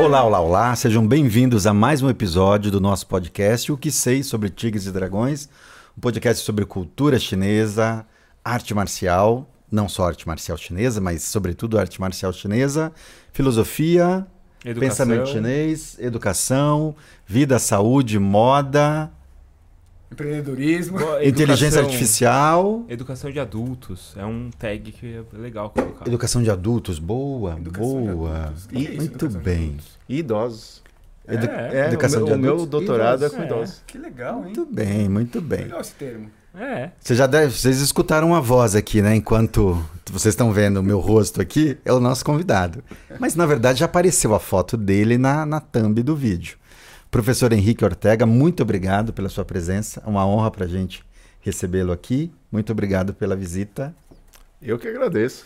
Olá, olá, olá, sejam bem-vindos a mais um episódio do nosso podcast O que Sei sobre Tigres e Dragões, um podcast sobre cultura chinesa, arte marcial, não só arte marcial chinesa, mas sobretudo arte marcial chinesa, filosofia, pensamento chinês, educação, vida, saúde, moda, empreendedorismo, inteligência artificial. Educação de adultos. É um tag que é legal colocar. Educação de adultos, boa, boa. Muito bem. E idosos. Educação de adultos. O meu doutorado idosos. é com idosos. Que legal, hein? Muito bem, muito bem. Legal esse termo. Vocês escutaram uma voz aqui, né? Enquanto vocês estão vendo o meu rosto aqui, é o nosso convidado. Mas, na verdade, já apareceu a foto dele na thumb do vídeo. Professor Henrique Ortega, muito obrigado pela sua presença. É uma honra para a gente recebê-lo aqui. Muito obrigado pela visita. Eu que agradeço.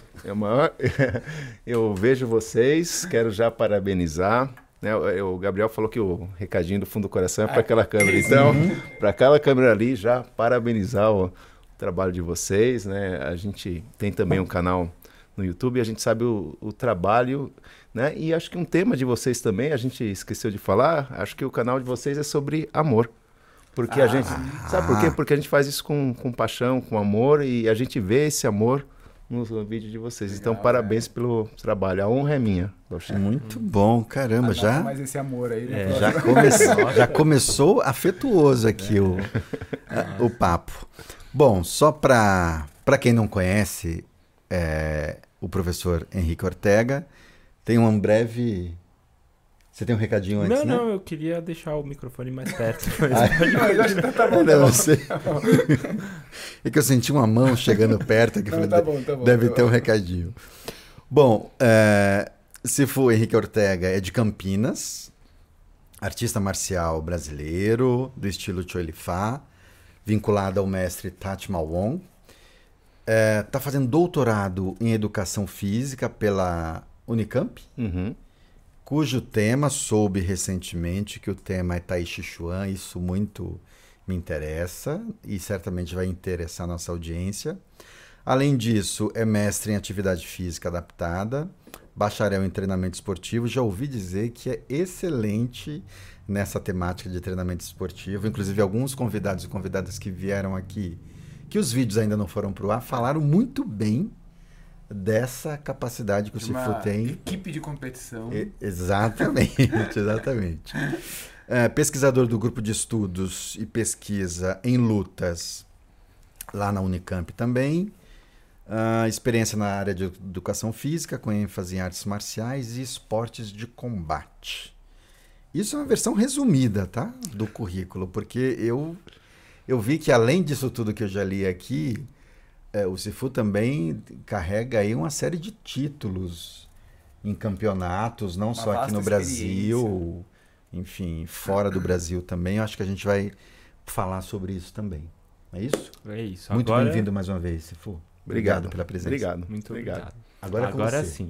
Eu vejo vocês, quero já parabenizar. Né? O Gabriel falou que o recadinho do fundo do coração é para aquela câmera. Então, para aquela câmera ali, já parabenizar o trabalho de vocês. Né? A gente tem também um canal no YouTube, a gente sabe o trabalho, né? E acho que um tema de vocês também, a gente esqueceu de falar, acho que o canal de vocês é sobre amor. Porque a gente, sabe por quê? Porque a gente faz isso com paixão, com amor, e a gente vê esse amor no vídeo de vocês. Legal, então, parabéns pelo trabalho. A honra é minha. Muito bom, caramba, já. Mais esse amor aí, né? Já começou afetuoso aqui o papo. Bom, só para quem não conhece, o professor Henrique Ortega tem um breve... Você tem um recadinho antes, Não, eu queria deixar o microfone mais perto. Tá bom. É que eu senti uma mão chegando perto aqui. Tá bom. Deve ter um recadinho. Bom, Sifu Henrique Ortega é de Campinas, artista marcial brasileiro, do estilo Choi Li Fa, vinculado ao mestre Tat Ma Wong. Está fazendo doutorado em Educação Física pela Unicamp, cujo tema, soube recentemente que o tema é Tai Chi Chuan, isso muito me interessa e certamente vai interessar a nossa audiência. Além disso, é mestre em Atividade Física Adaptada, bacharel em Treinamento Esportivo, já ouvi dizer que é excelente nessa temática de treinamento esportivo, inclusive alguns convidados e convidadas que vieram aqui, que os vídeos ainda não foram para o ar, falaram muito bem dessa capacidade que o Sifu tem. Equipe de competição. Exatamente. Pesquisador do Grupo de Estudos e Pesquisa em Lutas, lá na Unicamp também. Experiência na área de Educação Física, com ênfase em artes marciais e esportes de combate. Isso é uma versão resumida, tá? Do currículo, porque eu vi que, além disso tudo que eu já li aqui, o Sifu também carrega aí uma série de títulos em campeonatos, não só aqui no Brasil, enfim, fora do Brasil também. Eu acho que a gente vai falar sobre isso também. É isso? É isso. Muito bem-vindo mais uma vez, Sifu. Obrigado pela presença. Obrigado. Muito obrigado. Agora sim.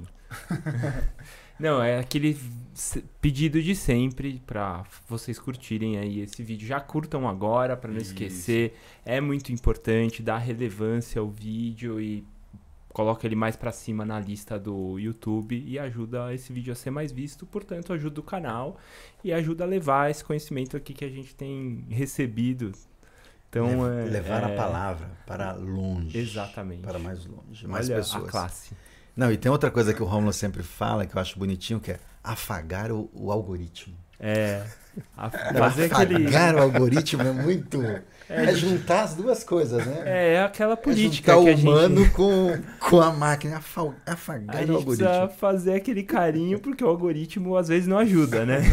Não, é aquele pedido de sempre para vocês curtirem aí esse vídeo. Já curtam agora para não esquecer. É muito importante dar relevância ao vídeo e coloca ele mais para cima na lista do YouTube e ajuda esse vídeo a ser mais visto. Portanto, ajuda o canal e ajuda a levar esse conhecimento aqui que a gente tem recebido. Então, levar a palavra para longe. Exatamente. Para mais longe, mais Olha pessoas. A classe. Não, e tem outra coisa que o Rômulo sempre fala, que eu acho bonitinho, que é afagar o algoritmo. Afagar o algoritmo é muito... É juntar as duas coisas, né? É aquela política juntar que o humano com a máquina, afagar o algoritmo. A gente precisa fazer aquele carinho, porque o algoritmo às vezes não ajuda, né?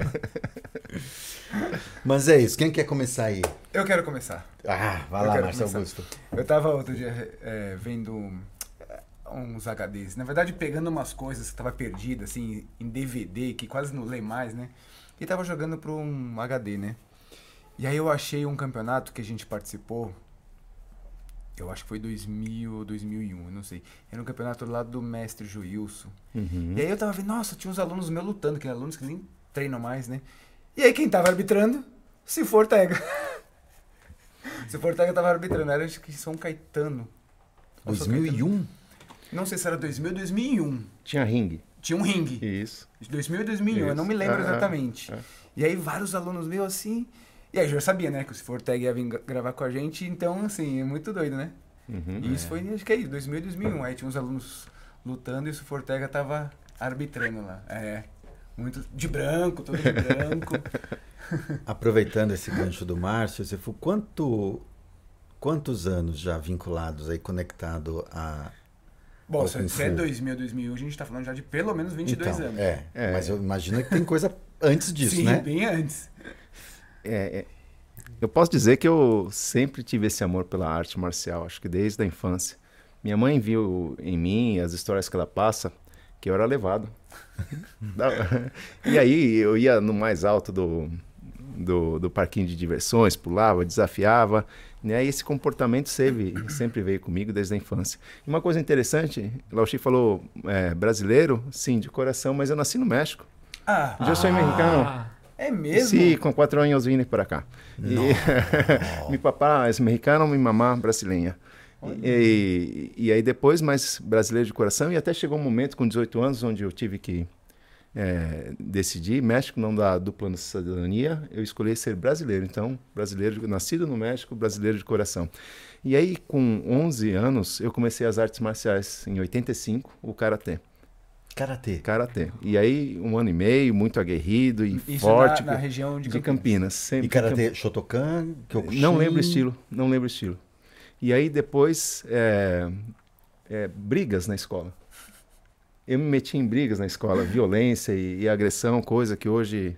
Mas é isso, quem quer começar aí? Eu quero começar. Vai lá, Márcio Augusto. Eu tava outro dia vendo uns HDs, na verdade pegando umas coisas que tava perdida, assim, em DVD, que quase não lê mais, né? E tava jogando para um HD, né? E aí eu achei um campeonato que a gente participou, eu acho que foi 2000 ou 2001, eu não sei. Era um campeonato lá do mestre Joilson. E aí eu tava vendo, nossa, tinha uns alunos meus lutando, que eram alunos que nem treinam mais, né? E aí quem tava arbitrando? Sifu Ortega. Sifu Ortega tava arbitrando, era acho que São Caetano. 2001? Não sei se era 2000 ou 2001. Tinha ringue. tinha um ringue. Isso. De 2000 e 2001, eu não me lembro exatamente. E aí vários alunos meio assim... E aí eu já sabia, né, que o Cifo Ortega ia vir gravar com a gente, então, assim, é muito doido, né? E isso foi, acho que é isso, 2000 e 2001. Aí tinha uns alunos lutando e o Cifo Ortega tava arbitrando lá. Muito de branco, todo de branco. Aproveitando esse gancho do Márcio, você foi quantos anos já vinculados aí, conectado a... Bom, se é 2000, 2001, a gente tá falando já de pelo menos 22 anos. Mas eu imagino que tem coisa antes disso, Sim, né? Sim, bem antes. Eu posso dizer que eu sempre tive esse amor pela arte marcial, acho que desde a infância. Minha mãe viu em mim, as histórias que ela passa, que eu era levado. E aí eu ia no mais alto do parquinho de diversões, pulava, desafiava. E aí esse comportamento sempre veio comigo desde a infância. E uma coisa interessante, Lauchi falou, brasileiro, sim, de coração, mas eu nasci no México. Eu sou mexicano. É mesmo? Sim, com 4 anos vim para cá. Meu papá é mexicano, minha mamá brasileira. E aí depois, mais brasileiro de coração, e até chegou um momento com 18 anos onde eu tive que decidir. México não dá dupla cidadania, eu escolhi ser brasileiro. Então, brasileiro, nascido no México, brasileiro de coração. E aí, com 11 anos, eu comecei as artes marciais, em 85, o Karatê. Karatê. E aí, 1 ano e meio, muito aguerrido e isso forte. Na região de Campinas. Sempre e Karatê Shotokan, Kyokushin? Não lembro o estilo. E aí, depois, brigas na escola. Eu me meti em brigas na escola, violência e agressão, coisa que hoje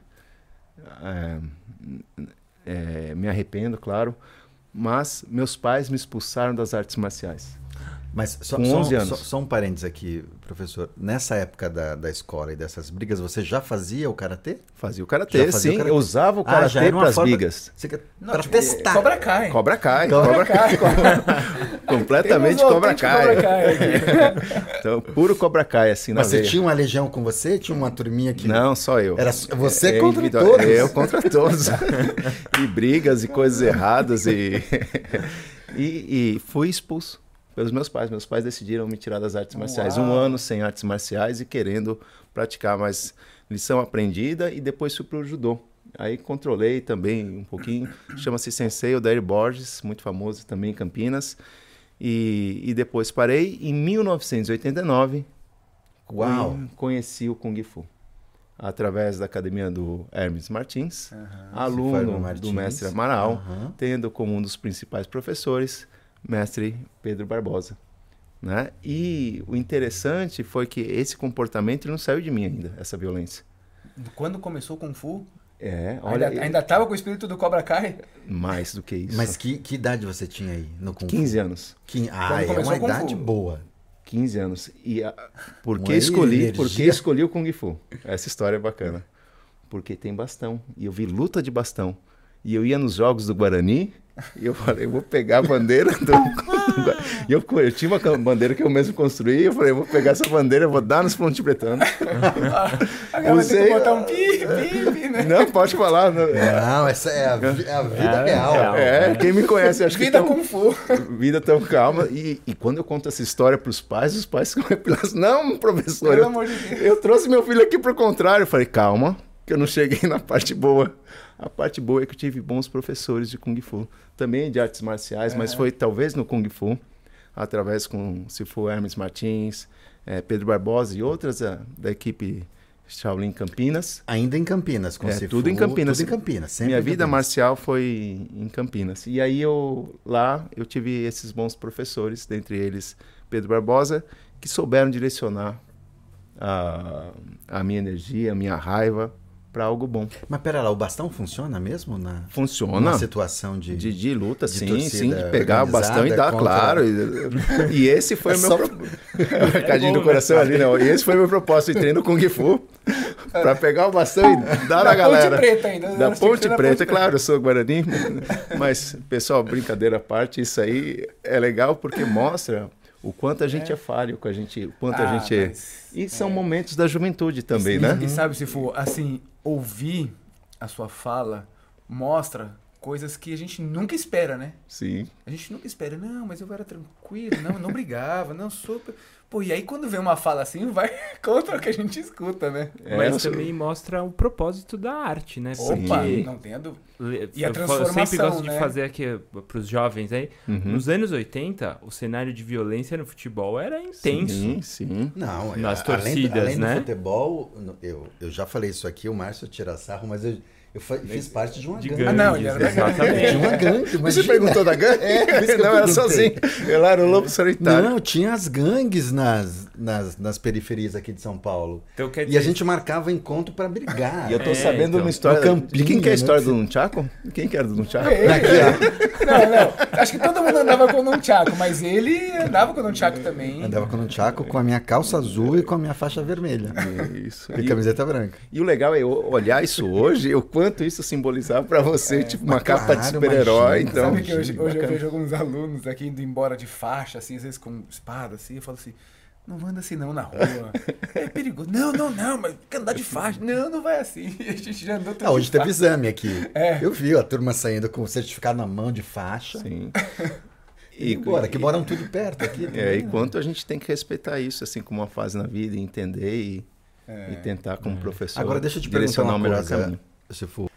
me arrependo, claro. Mas meus pais me expulsaram das artes marciais. Mas com 11 anos. Só um parênteses aqui, professor. Nessa época da escola e dessas brigas, você já fazia o Karatê? Fazia o Karatê, sim. O karatê. Eu usava o Karatê para as brigas. Para testar. Cobra Kai. Cobra Kai. Completamente Cobra Kai. Então, puro Cobra Kai, assim, Mas você tinha uma legião com você? Tinha uma turminha que... Não, só eu. Era você contra todos? Eu contra todos. E brigas e coisas erradas. E fui expulso pelos meus pais. Meus pais decidiram me tirar das artes marciais. 1 ano sem artes marciais e querendo praticar, mas lição aprendida, e depois fui para o judô. Aí controlei também um pouquinho. Chama-se Sensei Odair Borges, muito famoso também em Campinas. E depois parei. Em 1989, conheci o Kung Fu. Através da academia do Hermes Martins, aluno do mestre Amaral, tendo como um dos principais professores mestre Pedro Barbosa, né? E o interessante foi que esse comportamento não saiu de mim ainda, essa violência. Quando começou o Kung Fu? Olha, ainda estava com o espírito do Cobra Kai? Mais do que isso. Mas que idade você tinha aí no Kung Fu? 15 anos. É uma idade boa. 15 anos. E por que escolhi o Kung Fu? Essa história é bacana. Porque tem bastão. E eu vi luta de bastão. E eu ia nos jogos do Guarani e eu falei, eu vou pegar a bandeira do... eu tinha uma bandeira que eu mesmo construí, eu falei, eu vou pegar essa bandeira, eu vou dar nos ponte-pretanos. Agora vai ter que botar um pi, né? Não, pode falar. Não, essa é a vida real. Quem me conhece, acho que... Vida Kung Fu. Vida tão calma. E quando eu conto essa história para os pais ficam repilados. Não, professor, pelo amor de Deus. Eu trouxe meu filho aqui para o contrário. Eu falei, calma, que eu não cheguei na parte boa. A parte boa é que eu tive bons professores de Kung Fu, também de artes marciais, mas foi talvez no Kung Fu, através com Cifo Hermes Martins, Pedro Barbosa e outras da equipe Shaolin Campinas. Ainda em Campinas, com Cifo. Tudo em Campinas. Tudo em Campinas, sempre. Minha vida marcial foi em Campinas. E aí eu tive esses bons professores, dentre eles Pedro Barbosa, que souberam direcionar a minha energia, a minha raiva, para algo bom. Mas pera lá, o bastão funciona mesmo? Funciona. Na situação de luta, sim, de pegar o bastão e dar, claro. E esse foi o meu... Cadinho do coração ali, não. E esse foi o meu propósito, treino Kung Fu, para pegar o bastão e dar na galera. Da Ponte Preta ainda. Da Ponte Preta, claro, eu sou Guarani. Mas, pessoal, brincadeira à parte, isso aí é legal porque mostra... o quanto a gente é falho, o quanto a gente é... E são momentos da juventude também, né? E sabe, se for assim, ouvir a sua fala mostra coisas que a gente nunca espera, né? Sim. A gente nunca espera, não, mas eu era tranquilo, não brigava, não, super... Pô, e aí quando vem uma fala assim, vai contra o que a gente escuta, né? Mas também mostra o propósito da arte, né? Opa, Porque não tenha dúvida. E eu a transformação, sempre gosto de né? fazer aqui pros jovens aí. Nos anos 80, o cenário de violência no futebol era intenso. Sim, sim. Não, Nas torcidas, além né? do futebol, eu já falei isso aqui, o Márcio tira sarro, mas eu fiz parte de uma De gangue. gangues, não, ele era da gangue. exatamente. De uma gangue, Você imagina. perguntou da gangue? por isso que eu Não, era perguntei. sozinho. Eu era o lobo solitário. Não, tinha as gangues nas periferias aqui de São Paulo. Então, quer E a dizer, gente marcava encontro pra brigar. E eu tô É, sabendo então. uma história. No campinho, de quem que é a história né? do Nunchaku? Quem que era do Nunchaku? Não. Acho que todo mundo andava com o Nunchaku, mas ele andava com o Nunchaku também. Andava com um tchaco com a minha calça azul e com a minha faixa vermelha. Isso. E camiseta branca. E o legal é olhar isso hoje, o quanto isso simbolizava pra você, tipo, uma capa de claro, super-herói. imagina. Então, Sabe que hoje eu bacana. vejo alguns alunos aqui indo embora de faixa, assim, às vezes com espada, assim, eu falo assim, não anda assim não na rua. É perigoso. Não, mas quer andar de faixa. Não vai assim. E a gente já andou tudo Hoje de teve faixa. exame aqui. É. Eu vi a turma saindo com o certificado na mão de faixa. Sim. E embora, que moram tudo perto aqui. E quanto a gente tem que respeitar isso, assim, como uma fase na vida, e entender e tentar, como professor, Agora deixa eu te perguntar direcionar uma o melhor coisa, caminho. se for.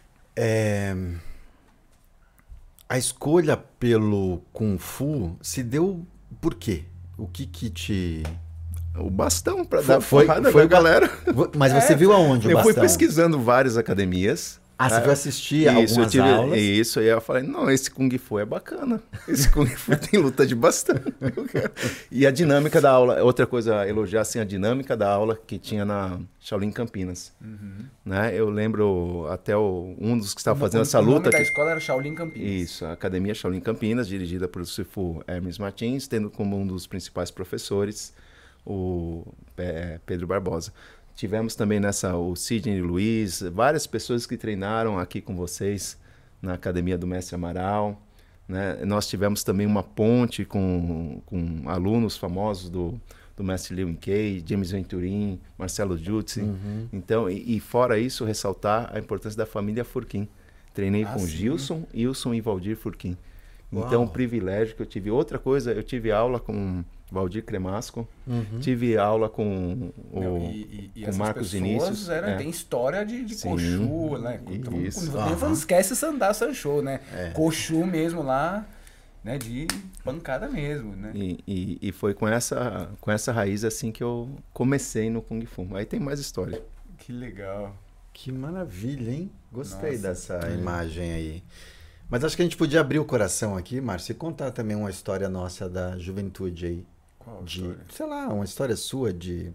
A escolha pelo Kung Fu se deu por quê? O que te... O bastão pra Foi- dar foi- porrada foi com a ba- galera. Mas você viu aonde o Eu fui bastão? pesquisando várias academias. Ah, você foi assistir Isso, algumas eu tive, aulas? Isso, aí eu falei, não, esse Kung Fu é bacana. Esse Kung Fu tem luta de bastão. E a dinâmica da aula, outra coisa a elogiar, assim, a dinâmica da aula que tinha na Shaolin Campinas. Né? Eu lembro até um dos que estava fazendo essa O nome luta. da que- escola era Shaolin Campinas. Isso, a Academia Shaolin Campinas, dirigida por Sifu Hermes Martins, tendo como um dos principais professores o Pedro Barbosa. Tivemos também nessa o Sidney Luiz, várias pessoas que treinaram aqui com vocês na Academia do Mestre Amaral. Né? Nós tivemos também uma ponte com alunos famosos do Mestre Liu Kei, James Venturin, Marcelo Jutsi. Então, e fora isso, ressaltar a importância da família Furquim. Treinei com sim. Gilson, Wilson e Valdir Furquim. Então, Uau. um privilégio que eu tive. Outra coisa, eu tive aula com Valdir Cremasco, tive aula com o E com essas Marcos pessoas Vinícius. tem história de Sim, Cochu, né? isso. Não esquece Sandá Sancho, né? Cochu mesmo lá, né? De pancada mesmo, né? E foi com essa raiz assim que eu comecei no Kung Fu. Aí tem mais história. Que legal. Que maravilha, hein? Gostei Nossa, dessa imagem aí. Mas acho que a gente podia abrir o coração aqui, Márcio, e contar também uma história nossa da juventude aí. Qual De, história? sei lá, uma história sua de...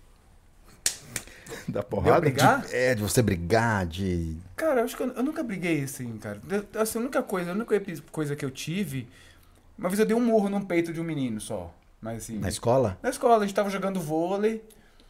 Da Deu porrada? brigar? de você brigar, de... Cara, eu acho que eu nunca briguei assim, cara. Assim, a única coisa que eu tive... Uma vez eu dei um murro no peito de um menino só. Mas assim... Na escola? Na escola, a gente tava jogando vôlei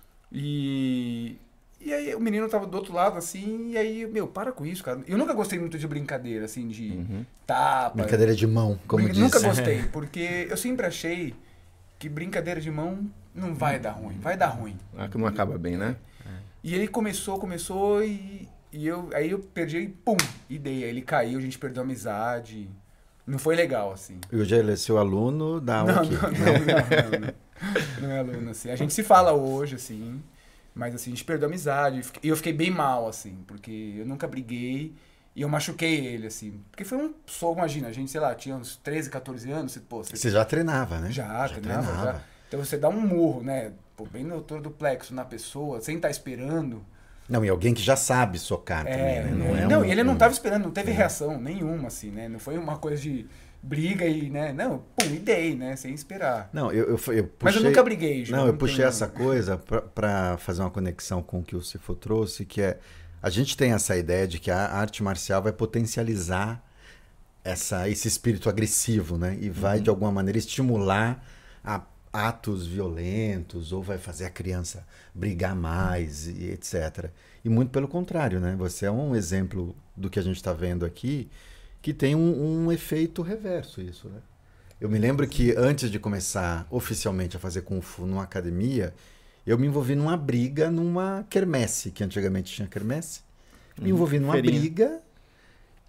e aí o menino tava do outro lado, assim, e aí, para com isso, cara. Eu nunca gostei muito de brincadeira, assim, de tapa. Brincadeira de mão, como diz. Nunca gostei, porque eu sempre achei que brincadeira de mão não vai dar ruim, vai dar ruim. Ah, que não acaba bem, né? E ele começou e aí eu perdi e pum, e dei. Aí ele caiu, a gente perdeu a amizade. Não foi legal, assim. E hoje ele é seu aluno da aula aqui. Não é aluno, assim. A gente se fala hoje, assim, mas assim, a gente perdeu a amizade. E eu fiquei bem mal, assim, porque eu nunca briguei e eu machuquei ele, assim. Porque foi um soco, imagina, a gente, sei lá, tinha uns 13, 14 anos, Você já treinava, né? já treinava. Já. Então você dá um murro, né, bem no altura do plexo na pessoa, sem estar esperando. Não, e alguém que já sabe socar também, né? Não, e ele não estava esperando, não teve reação nenhuma, assim, né? Não foi uma coisa de briga e, né? Não, pum, e dei, né? Sem esperar. Não, eu puxei... Mas eu nunca briguei, João. Não, eu puxei tenho- essa coisa para fazer uma conexão com o que o Cifo trouxe, que é... A gente tem essa ideia de que a arte marcial vai potencializar esse espírito agressivo, né? E vai, de alguma maneira, estimular atos violentos, ou vai fazer a criança brigar mais, e etc. E muito pelo contrário, né? Você é um exemplo do que a gente está vendo aqui, que tem um efeito reverso isso, né? Eu me lembro que antes de começar oficialmente a fazer Kung Fu numa academia, eu me envolvi numa briga numa quermesse, que antigamente tinha quermesse. Me envolvi numa feirinha. briga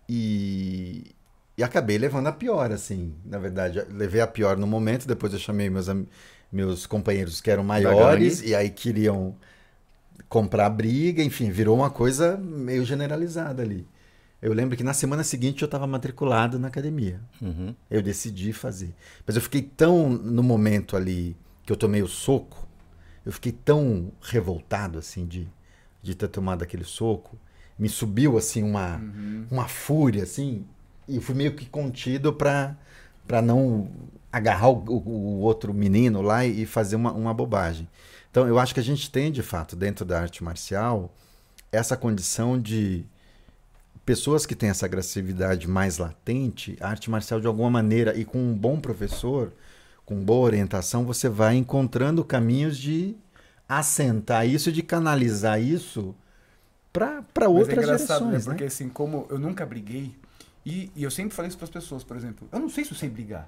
E acabei levando a pior, assim. Na verdade, levei a pior no momento, depois eu chamei meus companheiros que eram maiores, e aí queriam comprar briga, enfim, virou uma coisa meio generalizada ali. Eu lembro que na semana seguinte eu estava matriculado na academia. Eu decidi fazer. Mas eu fiquei tão no momento ali que eu tomei o soco, eu fiquei tão revoltado, assim, de ter tomado aquele soco. Me subiu, assim, uma fúria, assim, e fui meio que contido para não agarrar o outro menino lá e fazer uma bobagem. Então, eu acho que a gente tem, de fato, dentro da arte marcial, essa condição de pessoas que têm essa agressividade mais latente, a arte marcial, de alguma maneira, e com um bom professor, com boa orientação, você vai encontrando caminhos de assentar isso, de canalizar isso para outras direções, né? Porque assim, como eu nunca briguei, e eu sempre falei isso para as pessoas, por exemplo, eu não sei se eu sei brigar,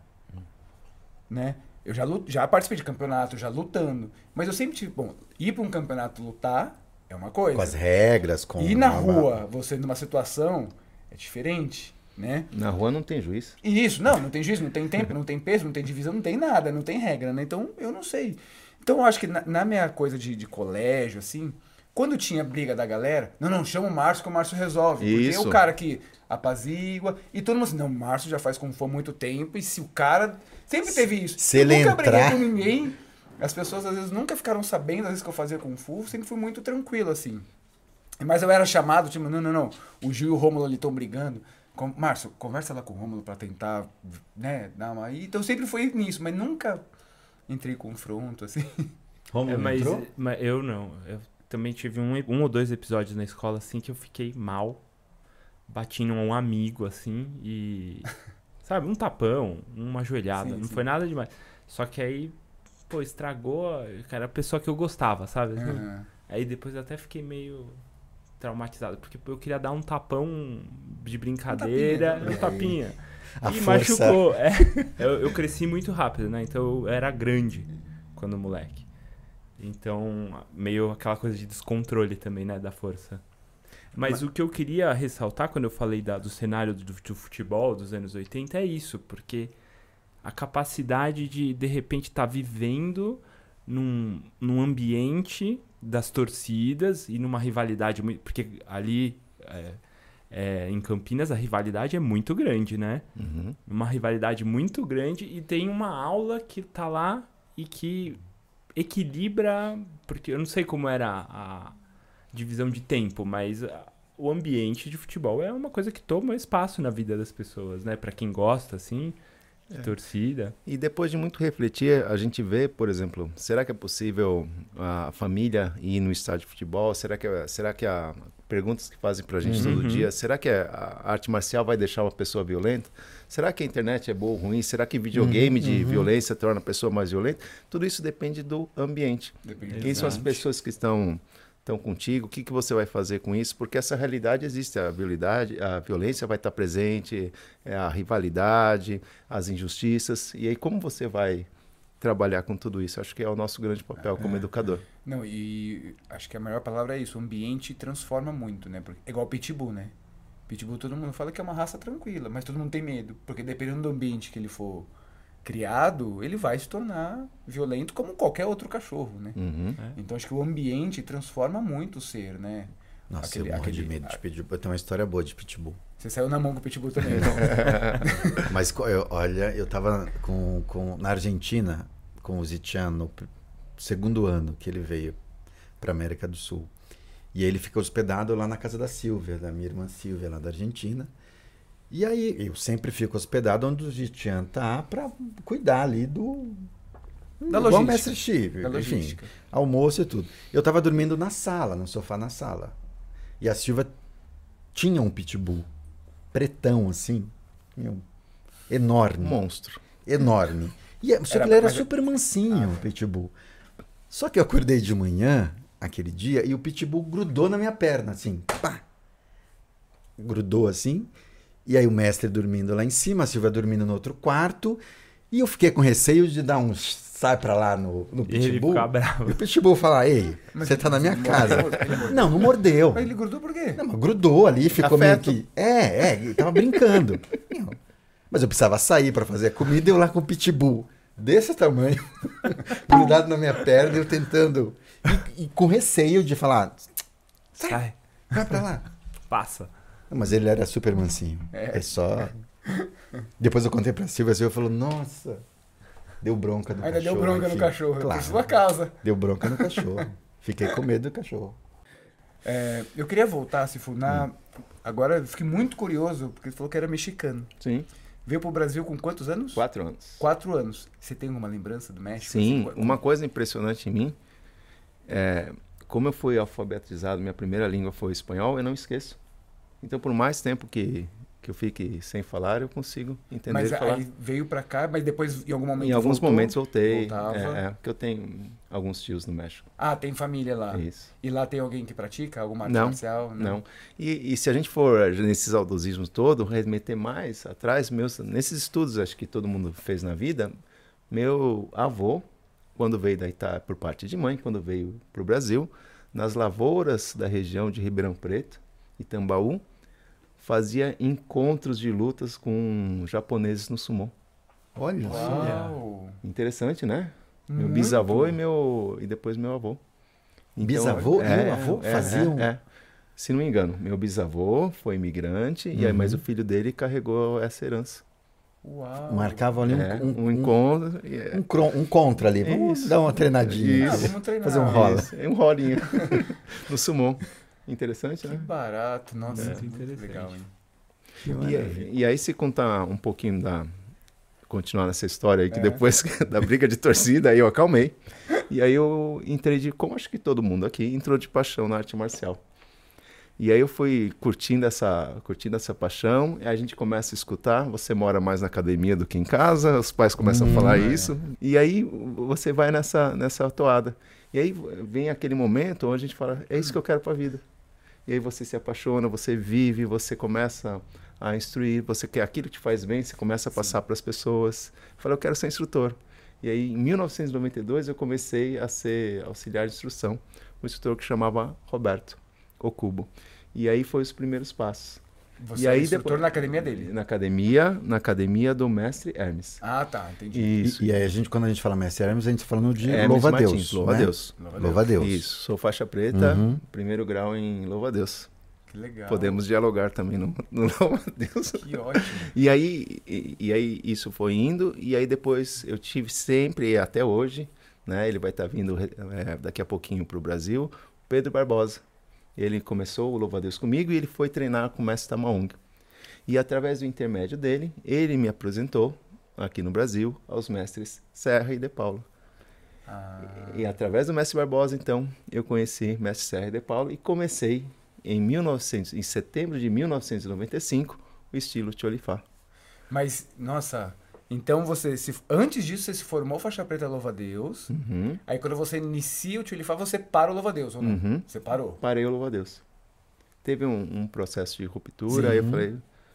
né? Eu já participei de campeonato, já lutando, mas eu sempre tive, bom, ir para um campeonato lutar é uma coisa. Com as regras, com... E na rua, você numa situação, é diferente, né? Na rua não tem juiz. E isso, não tem juiz, não tem tempo, não tem peso, não tem divisão, não tem nada, não tem regra, né? Então, eu não sei. Então, eu acho que na minha coisa de colégio, assim, quando tinha briga da galera, não, chama o Márcio que o Márcio resolve. Porque Isso. é o cara que apazigua, e todo mundo assim, não, o Márcio já faz como for muito tempo, e se o cara... Sempre teve isso. Se ele nunca entrar... briguei com ninguém, as pessoas às vezes nunca ficaram sabendo, às vezes que eu fazia Kung Fu, sempre fui muito tranquilo, assim. Mas eu era chamado, tipo, não, o Gil e o Rômulo ali estão brigando. Márcio, conversa lá com o Rômulo pra tentar, né, dar uma... Então sempre foi nisso, mas nunca entrei em confronto, assim. Rômulo mas entrou? eu não. Eu também tive um ou dois episódios na escola, assim, que eu fiquei mal. Bati num amigo, assim, e... Sabe, um tapão, uma joelhada, Sim, não sim. foi nada demais. Só que aí, pô, estragou, cara, a pessoa que eu gostava, sabe? Uhum. Aí depois eu até fiquei meio traumatizado, porque eu queria dar um tapão de brincadeira, um tapinha. A E força... machucou. É. Eu cresci muito rápido, né? Então eu era grande quando moleque. Então, meio aquela coisa de descontrole também, né? Da força. Mas o que eu queria ressaltar quando eu falei do cenário do futebol dos anos 80 é isso, porque a capacidade de repente, estar vivendo num ambiente das torcidas e numa rivalidade, porque ali em Campinas a rivalidade é muito grande, né? Uma rivalidade muito grande e tem uma aula que tá lá e que equilibra, porque eu não sei como era a divisão de tempo, mas o ambiente de futebol é uma coisa que toma espaço na vida das pessoas, né? Pra quem gosta, assim, de torcida. E depois de muito refletir, a gente vê, por exemplo, será que é possível a família ir no estádio de futebol? Será que a perguntas que fazem pra gente todo dia, será que a arte marcial vai deixar uma pessoa violenta? Será que a internet é boa ou ruim? Será que videogame de violência torna a pessoa mais violenta? Tudo isso depende do ambiente. Quem são as pessoas que estão contigo? O que você vai fazer com isso? Porque essa realidade existe, a violência vai estar presente, a rivalidade, as injustiças. E aí como você vai trabalhar com tudo isso? Acho que é o nosso grande papel como educador. Não, e acho que a maior palavra é isso, o ambiente transforma muito, né? Porque, é igual o Pitbull, né? Pitbull todo mundo fala que é uma raça tranquila, mas todo mundo tem medo, porque dependendo do ambiente que ele for criado, ele vai se tornar violento como qualquer outro cachorro, né? Então acho que o ambiente transforma muito o ser, né? Nossa, eu morro de medo de Pitbull. Eu tenho uma história boa de Pitbull. Você saiu na mão com o Pitbull também, então. Mas olha, eu tava na Argentina com o Zichan no segundo ano que ele veio pra América do Sul. E ele ficou hospedado lá na casa da Silvia, da minha irmã Silvia, lá da Argentina. E aí eu sempre fico hospedado onde o Zichan tá pra cuidar ali Da igual logística. Mestre Chip, Da enfim, logística. almoço e tudo. Eu tava dormindo na sala, no sofá na sala. E a Silvia tinha um pitbull pretão, assim, enorme. Monstro. Enorme. Só que ele era super mansinho, o pitbull. Só que eu acordei de manhã, aquele dia, e o pitbull grudou na minha perna, assim, pá! Grudou assim. E aí o mestre dormindo lá em cima, a Silvia dormindo no outro quarto. E eu fiquei com receio de dar um sai pra lá no E ele pitbull. ficar bravo. E o pitbull falar, ei, Mas você tá na minha ele casa. mordeu? Ele mordeu? Não grudou. Mas ele grudou por quê? Não, mas grudou ali, ficou Afeto. meio que... ele tava brincando. Mas eu precisava sair pra fazer a comida e eu lá com o pitbull desse tamanho, grudado na minha perna, eu tentando... E com receio de falar, Sai, vai pra lá. passa. Não, mas ele era super mansinho. É só... Depois eu contei pra Silvia, a Silvia falou, nossa, deu bronca do Ainda cachorro. deu bronca no aqui. cachorro, Claro. por sua causa. Deu bronca no cachorro. Fiquei com medo do cachorro. Eu queria voltar, se for agora eu fiquei muito curioso, porque ele falou que era mexicano. Sim, Veio pro Brasil com quantos anos? 4 anos. 4 anos. Você tem alguma lembrança do México? Sim, Assim, uma coisa impressionante em mim é como eu fui alfabetizado, minha primeira língua foi espanhol, eu não esqueço. Então, por mais tempo que eu fique sem falar, eu consigo entender Mas e falar. aí veio pra cá, mas depois em algum momento Em alguns voltou, momentos voltei, voltava. porque eu tenho alguns tios no México. Ah, tem família lá. Isso. E lá tem alguém que pratica alguma arte Não, marcial? Não. E se a gente for nesses saudosismos todos, remeter mais atrás, nesses estudos, acho que todo mundo fez na vida, meu avô, quando veio da Itália, por parte de mãe, quando veio para o Brasil, nas lavouras da região de Ribeirão Preto e Tambaú, fazia encontros de lutas com japoneses no sumô. Olha só. Uau! Interessante, né? Meu Muito. bisavô e depois meu avô. Então, Bisavô e o avô faziam... Se não me engano, meu bisavô foi imigrante, e aí, mas o filho dele carregou essa herança. Uau! Marcavam ali Um encontro. um contra ali. Vamos Isso. dar uma treinadinha. Ah, vamos treinar. Fazer um rola. Um rolinho no sumô. Interessante, Que né? barato. Nossa, Muito muito interessante. legal, hein? Que maravilha. E aí, se contar um pouquinho continuar nessa história aí, que depois da briga de torcida, aí eu acalmei. E aí eu entrei como acho que todo mundo aqui, entrou de paixão na arte marcial. E aí eu fui curtindo essa paixão, e a gente começa a escutar, você mora mais na academia do que em casa, os pais começam a falar isso, e aí você vai nessa toada. E aí vem aquele momento onde a gente fala, é isso que eu quero para a vida. E aí você se apaixona, você vive, você começa a instruir, você quer aquilo que te faz bem, você começa a passar para as pessoas. Eu falei, eu quero ser instrutor. E aí, em 1992, eu comecei a ser auxiliar de instrução, um instrutor que chamava Roberto Okubo. E aí foi os primeiros passos. Você e aí é instrutor depois, na academia dele? Na academia do mestre Hermes. Ah, tá. Entendi. Isso. E aí, quando a gente fala Mestre Hermes, a gente tá falando de Hermes louva-a-Deus. Martins, louva-a-Deus. Louva-a-Deus. Isso, sou faixa preta, Uhum. primeiro grau em louva-a-Deus. Que legal. Podemos dialogar também no louva-a-Deus. Que ótimo. E aí isso foi indo, e aí depois eu tive sempre, e até hoje, né, ele vai estar vindo daqui a pouquinho para o Brasil, Pedro Barbosa. Ele começou o louva-a-Deus comigo e ele foi treinar com o mestre Tamaung. E através do intermédio dele, ele me apresentou aqui no Brasil aos mestres Serra e De Paula. E através do mestre Barbosa, então, eu conheci mestre Serra e De Paula e comecei em setembro de 1995 o estilo Tcholifá. Mas, nossa, então antes disso você se formou faixa preta louva-a-Deus. Uhum. Aí quando você inicia o Tcholifá, você para o louva-a-Deus, ou não? Uhum. Você parou? Parei o louva-a-Deus. Teve um processo de ruptura, aí eu falei,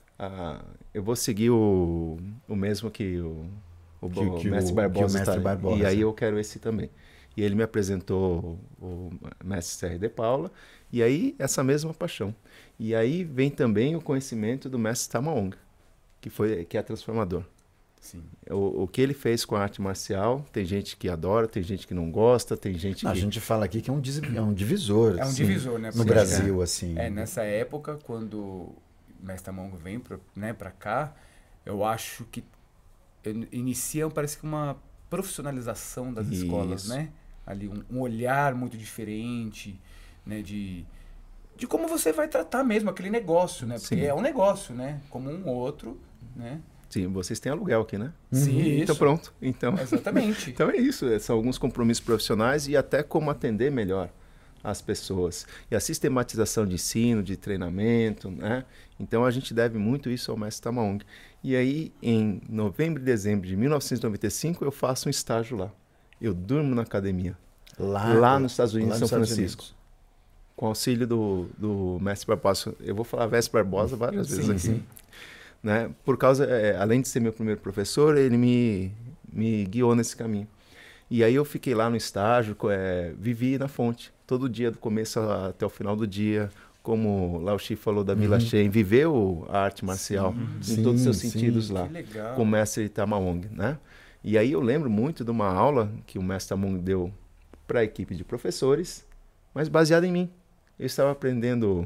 eu vou seguir o mesmo que o mestre Barbosa mestre está. Barbosa. E aí eu quero esse também. E ele me apresentou o mestre Serra De Paula, e aí essa mesma paixão. E aí vem também o conhecimento do mestre Tamaung, que é transformador. Sim. O que ele fez com a arte marcial, tem gente que adora, tem gente que não gosta, tem gente A que... gente fala aqui que é um divisor. É um assim, divisor, né? No Porque- Brasil, assim. Nessa época, quando o mestre Tamongo vem pra cá, eu acho que iniciam, parece que uma profissionalização das Isso. escolas, né? Ali um olhar muito diferente, né? De como você vai tratar mesmo aquele negócio, né? Porque Sim. é um negócio, né? Como um outro, né? Sim, vocês têm aluguel aqui, né? Sim, isso. Então pronto. Então... Exatamente. Então é isso, são alguns compromissos profissionais e até como atender melhor as pessoas. E a sistematização de ensino, de treinamento, né? Então a gente deve muito isso ao mestre Tamaung. E aí, em novembro e dezembro de 1995, eu faço um estágio lá. Eu durmo na academia, lá nos Estados Unidos, em São Francisco. Com auxílio do mestre Barbosa. Eu vou falar mestre Barbosa várias vezes Sim, aqui. sim. Né? Por causa, além de ser meu primeiro professor, ele me guiou nesse caminho. E aí eu fiquei lá no estágio, vivi na fonte, todo dia, do começo até o final do dia, como o Lao Chi falou da Mila Shen, viveu a arte marcial em todos os seus sentidos lá, Que legal. com o mestre Tamaong, né? E aí eu lembro muito de uma aula que o mestre Tamaong deu para a equipe de professores, mas baseada em mim. Eu estava aprendendo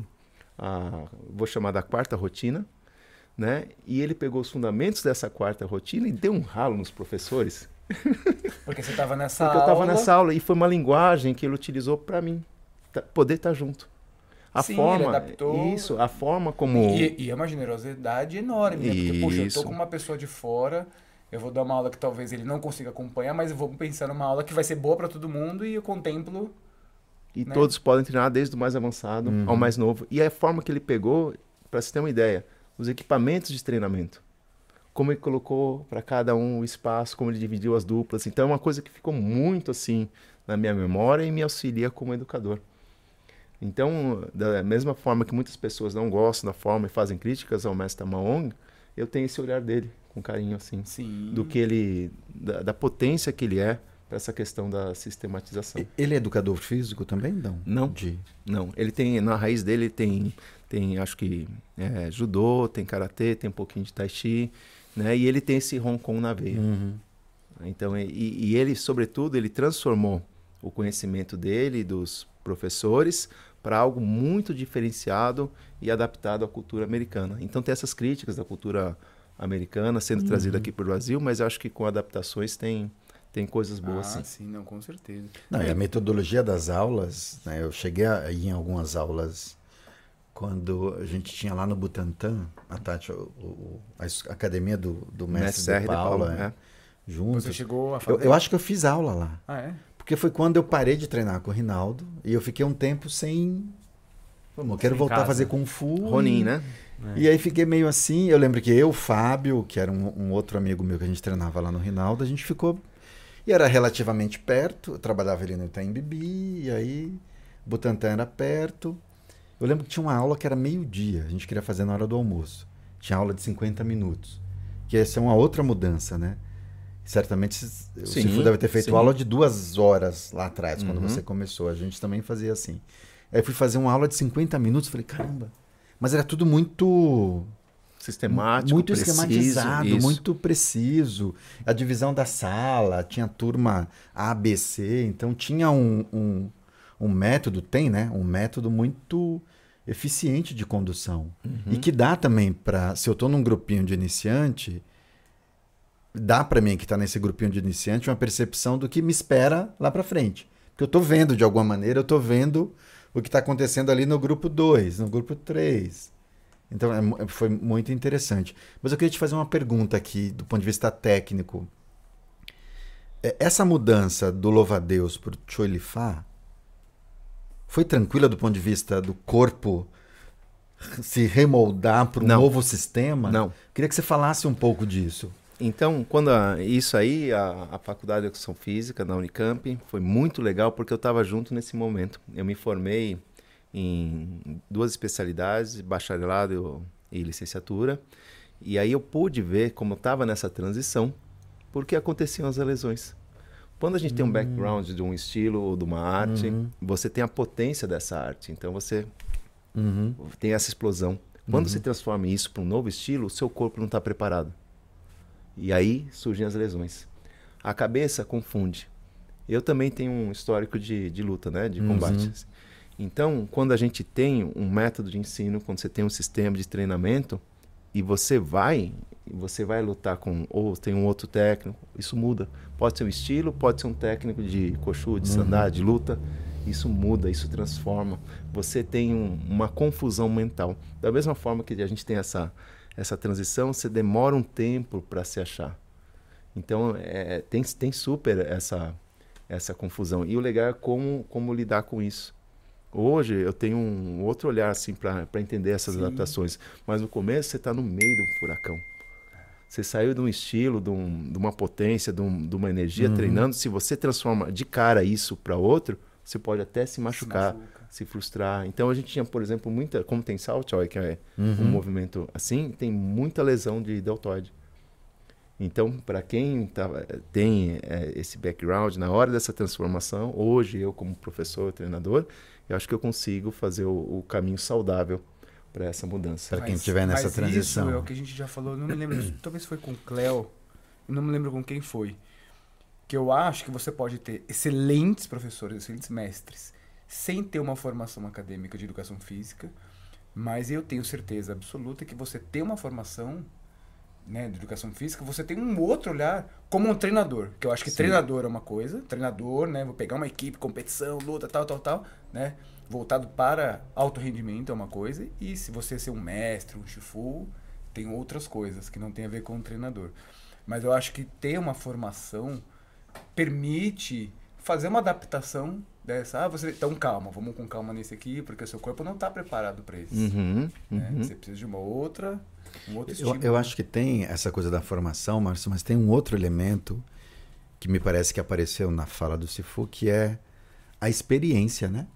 vou chamar da quarta rotina, né? E ele pegou os fundamentos dessa quarta rotina e deu um ralo nos professores. Porque você estava nessa aula. Porque eu estava nessa aula e foi uma linguagem que ele utilizou para mim poder estar junto. Sim, ele adaptou. Isso, a forma como... E é uma generosidade enorme, né? Porque, poxa, eu tô com uma pessoa de fora, eu vou dar uma aula que talvez ele não consiga acompanhar, mas eu vou pensar numa aula que vai ser boa para todo mundo e eu contemplo... E né? todos podem treinar desde o mais avançado ao mais novo. E a forma que ele pegou, para você ter uma ideia, os equipamentos de treinamento. Como ele colocou para cada um o espaço, como ele dividiu as duplas. Então é uma coisa que ficou muito assim na minha memória e me auxilia como educador. Então, da mesma forma que muitas pessoas não gostam da forma e fazem críticas ao mestre Tamaong, eu tenho esse olhar dele com carinho assim, Sim. do que ele, da potência que ele é para essa questão da sistematização. Ele é educador físico também? Não. Não. Não. Ele tem, na raiz dele tem acho que judô, tem karatê, tem um pouquinho de tai chi, né? E ele tem esse Hong Kong na veia. Então, e ele, sobretudo, ele transformou o conhecimento dele, dos professores, para algo muito diferenciado e adaptado à cultura americana. Então tem essas críticas da cultura americana sendo trazida aqui para o Brasil, mas eu acho que com adaptações tem coisas boas, sim. Sim, não, com certeza. Não, e a metodologia das aulas, né, eu cheguei a ir em algumas aulas quando a gente tinha lá no Butantã, a Tati, a academia do mestre de Paula, juntos. Você chegou a fazer? Eu acho que eu fiz aula lá. Ah, é? Porque foi quando eu parei de treinar com o Rinaldo e eu fiquei um tempo sem... Eu quero voltar a fazer Kung Fu. Ronin, né? E aí fiquei meio assim. Eu lembro que eu, o Fábio, que era um outro amigo meu que a gente treinava lá no Rinaldo, a gente ficou... E era relativamente perto. Eu trabalhava ali no Itaim Bibi, e aí Butantã era perto. Eu lembro que tinha uma aula que era meio-dia. A gente queria fazer na hora do almoço. Tinha aula de 50 minutos. Que essa é uma outra mudança, né? Certamente o Sifu deve ter feito aula de 2 horas lá atrás, quando você começou. A gente também fazia assim. Aí fui fazer uma aula de 50 minutos, falei, caramba. Mas era tudo muito... sistemático, muito preciso, esquematizado, isso. muito preciso. A divisão da sala, tinha turma A, B, C. Então tinha um método, tem, né? Um método muito eficiente de condução. E que dá também para... Se eu estou num grupinho de iniciante... Dá para mim que está nesse grupinho de iniciante uma percepção do que me espera lá para frente. Porque eu estou vendo, de alguma maneira, eu estou vendo o que está acontecendo ali no grupo 2, no grupo 3. Então, foi muito interessante. Mas eu queria te fazer uma pergunta aqui, do ponto de vista técnico. Essa mudança do louva-a-Deus para o Choi Li Fa foi tranquila do ponto de vista do corpo se remoldar para um novo sistema? Não. Queria que você falasse um pouco disso. Então, quando isso aí, a Faculdade de Educação Física da Unicamp, foi muito legal porque eu estava junto nesse momento. Eu me formei em 2 especialidades, bacharelado e licenciatura, e aí eu pude ver como eu estava nessa transição, porque aconteciam as lesões. Quando a gente tem um background de um estilo ou de uma arte, você tem a potência dessa arte, então você tem essa explosão. Quando você transforma isso para um novo estilo, o seu corpo não está preparado. E aí surgem as lesões. A cabeça confunde. Eu também tenho um histórico de luta, né? De combate. Então, quando a gente tem um método de ensino, quando você tem um sistema de treinamento, e você vai lutar com, ou tem um outro técnico, isso muda. Pode ser um estilo, pode ser um técnico de Koshu, de Sandá, de luta. Isso muda, isso transforma. Você tem uma confusão mental. Da mesma forma que a gente tem essa transição, você demora um tempo para se achar. Então, tem super essa confusão. E o legal é como lidar com isso. Hoje, eu tenho um outro olhar assim, para entender essas adaptações. Mas no começo, você está no meio de um furacão. Você saiu de um estilo, de uma potência, de uma energia treinando. Se você transforma de cara isso para outro, você pode até se machucar, se frustrar. Então, a gente tinha, por exemplo, como tem Salchoy, que é um movimento assim, tem muita lesão de deltoide. Então, para quem tem esse background, na hora dessa transformação, hoje eu como professor, treinador, eu acho que eu consigo fazer o caminho saudável para essa mudança. Para quem estiver nessa transição. Isso é o que a gente já falou, não me lembro, talvez foi com o Cléo, não me lembro com quem foi, que eu acho que você pode ter excelentes professores, excelentes mestres, sem ter uma formação acadêmica de educação física, mas eu tenho certeza absoluta que você tem uma formação, né, de educação física, você tem um outro olhar como um treinador, que eu acho que treinador é uma coisa, treinador, né, vou pegar uma equipe, competição, luta, tal, né, voltado para alto rendimento é uma coisa, e se você ser um mestre, um shifu, tem outras coisas que não tem a ver com o treinador. Mas eu acho que ter uma formação permite fazer uma adaptação dessa, então calma, vamos com calma nesse aqui, porque o seu corpo não está preparado para isso. Né? Você precisa de um outro estímulo. Eu acho que tem essa coisa da formação, Márcio, mas tem um outro elemento que me parece que apareceu na fala do Sifu, que é a experiência, né?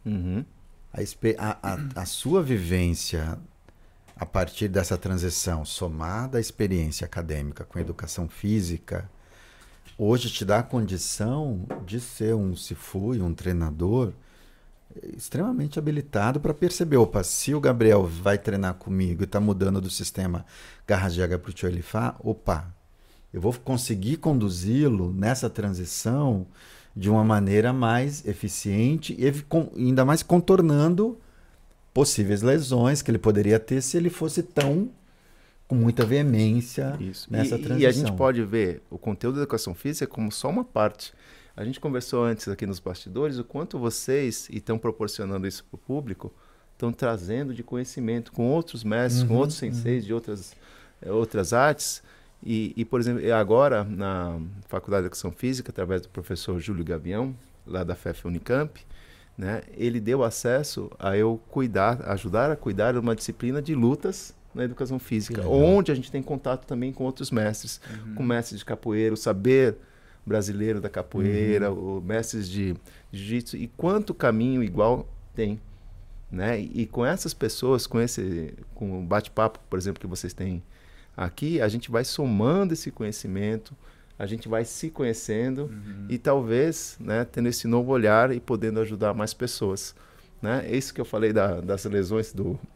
A sua vivência a partir dessa transição, somada à experiência acadêmica com a educação física, hoje te dá a condição de ser um Sifu e um treinador extremamente habilitado para perceber, opa, se o Gabriel vai treinar comigo e está mudando do sistema Garra de Águia para o Choi Li Fa, opa, eu vou conseguir conduzi-lo nessa transição de uma maneira mais eficiente e ainda mais contornando possíveis lesões que ele poderia ter se ele fosse tão com muita veemência nessa transição. E a gente pode ver o conteúdo da educação física como só uma parte. A gente conversou antes aqui nos bastidores o quanto vocês, e estão proporcionando isso para o público, estão trazendo de conhecimento com outros mestres, com outros senseis de outras artes. E, por exemplo, agora na Faculdade de Educação Física, através do professor Júlio Gavião, lá da FEF Unicamp, né, ele deu acesso a eu ajudar a cuidar de uma disciplina de lutas na educação física, onde a gente tem contato também com outros mestres, com mestres de capoeira, o saber brasileiro da capoeira, o mestres de jiu-jitsu, e quanto caminho igual tem, né? E com essas pessoas, com o bate-papo, por exemplo, que vocês têm aqui, a gente vai somando esse conhecimento, a gente vai se conhecendo e talvez, né, tendo esse novo olhar e podendo ajudar mais pessoas. Né? É isso que eu falei das lesões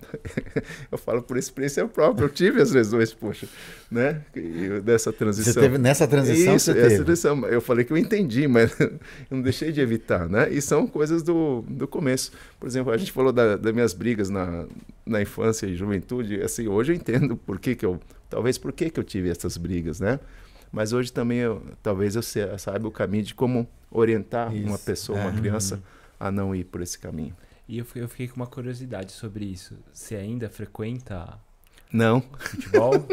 eu falo por experiência própria, eu tive as lesões, poxa, né? Dessa transição. Você teve nessa transição? Isso, essa transição. Eu falei que eu entendi, mas eu não deixei de evitar, né? E são coisas do começo. Por exemplo, a gente falou das minhas brigas na infância e juventude, assim, hoje eu entendo por que eu tive essas brigas, né? Mas hoje também, talvez eu saiba o caminho de como orientar uma pessoa, uma criança, a não ir por esse caminho. E eu fiquei com uma curiosidade sobre isso. Você ainda frequenta futebol?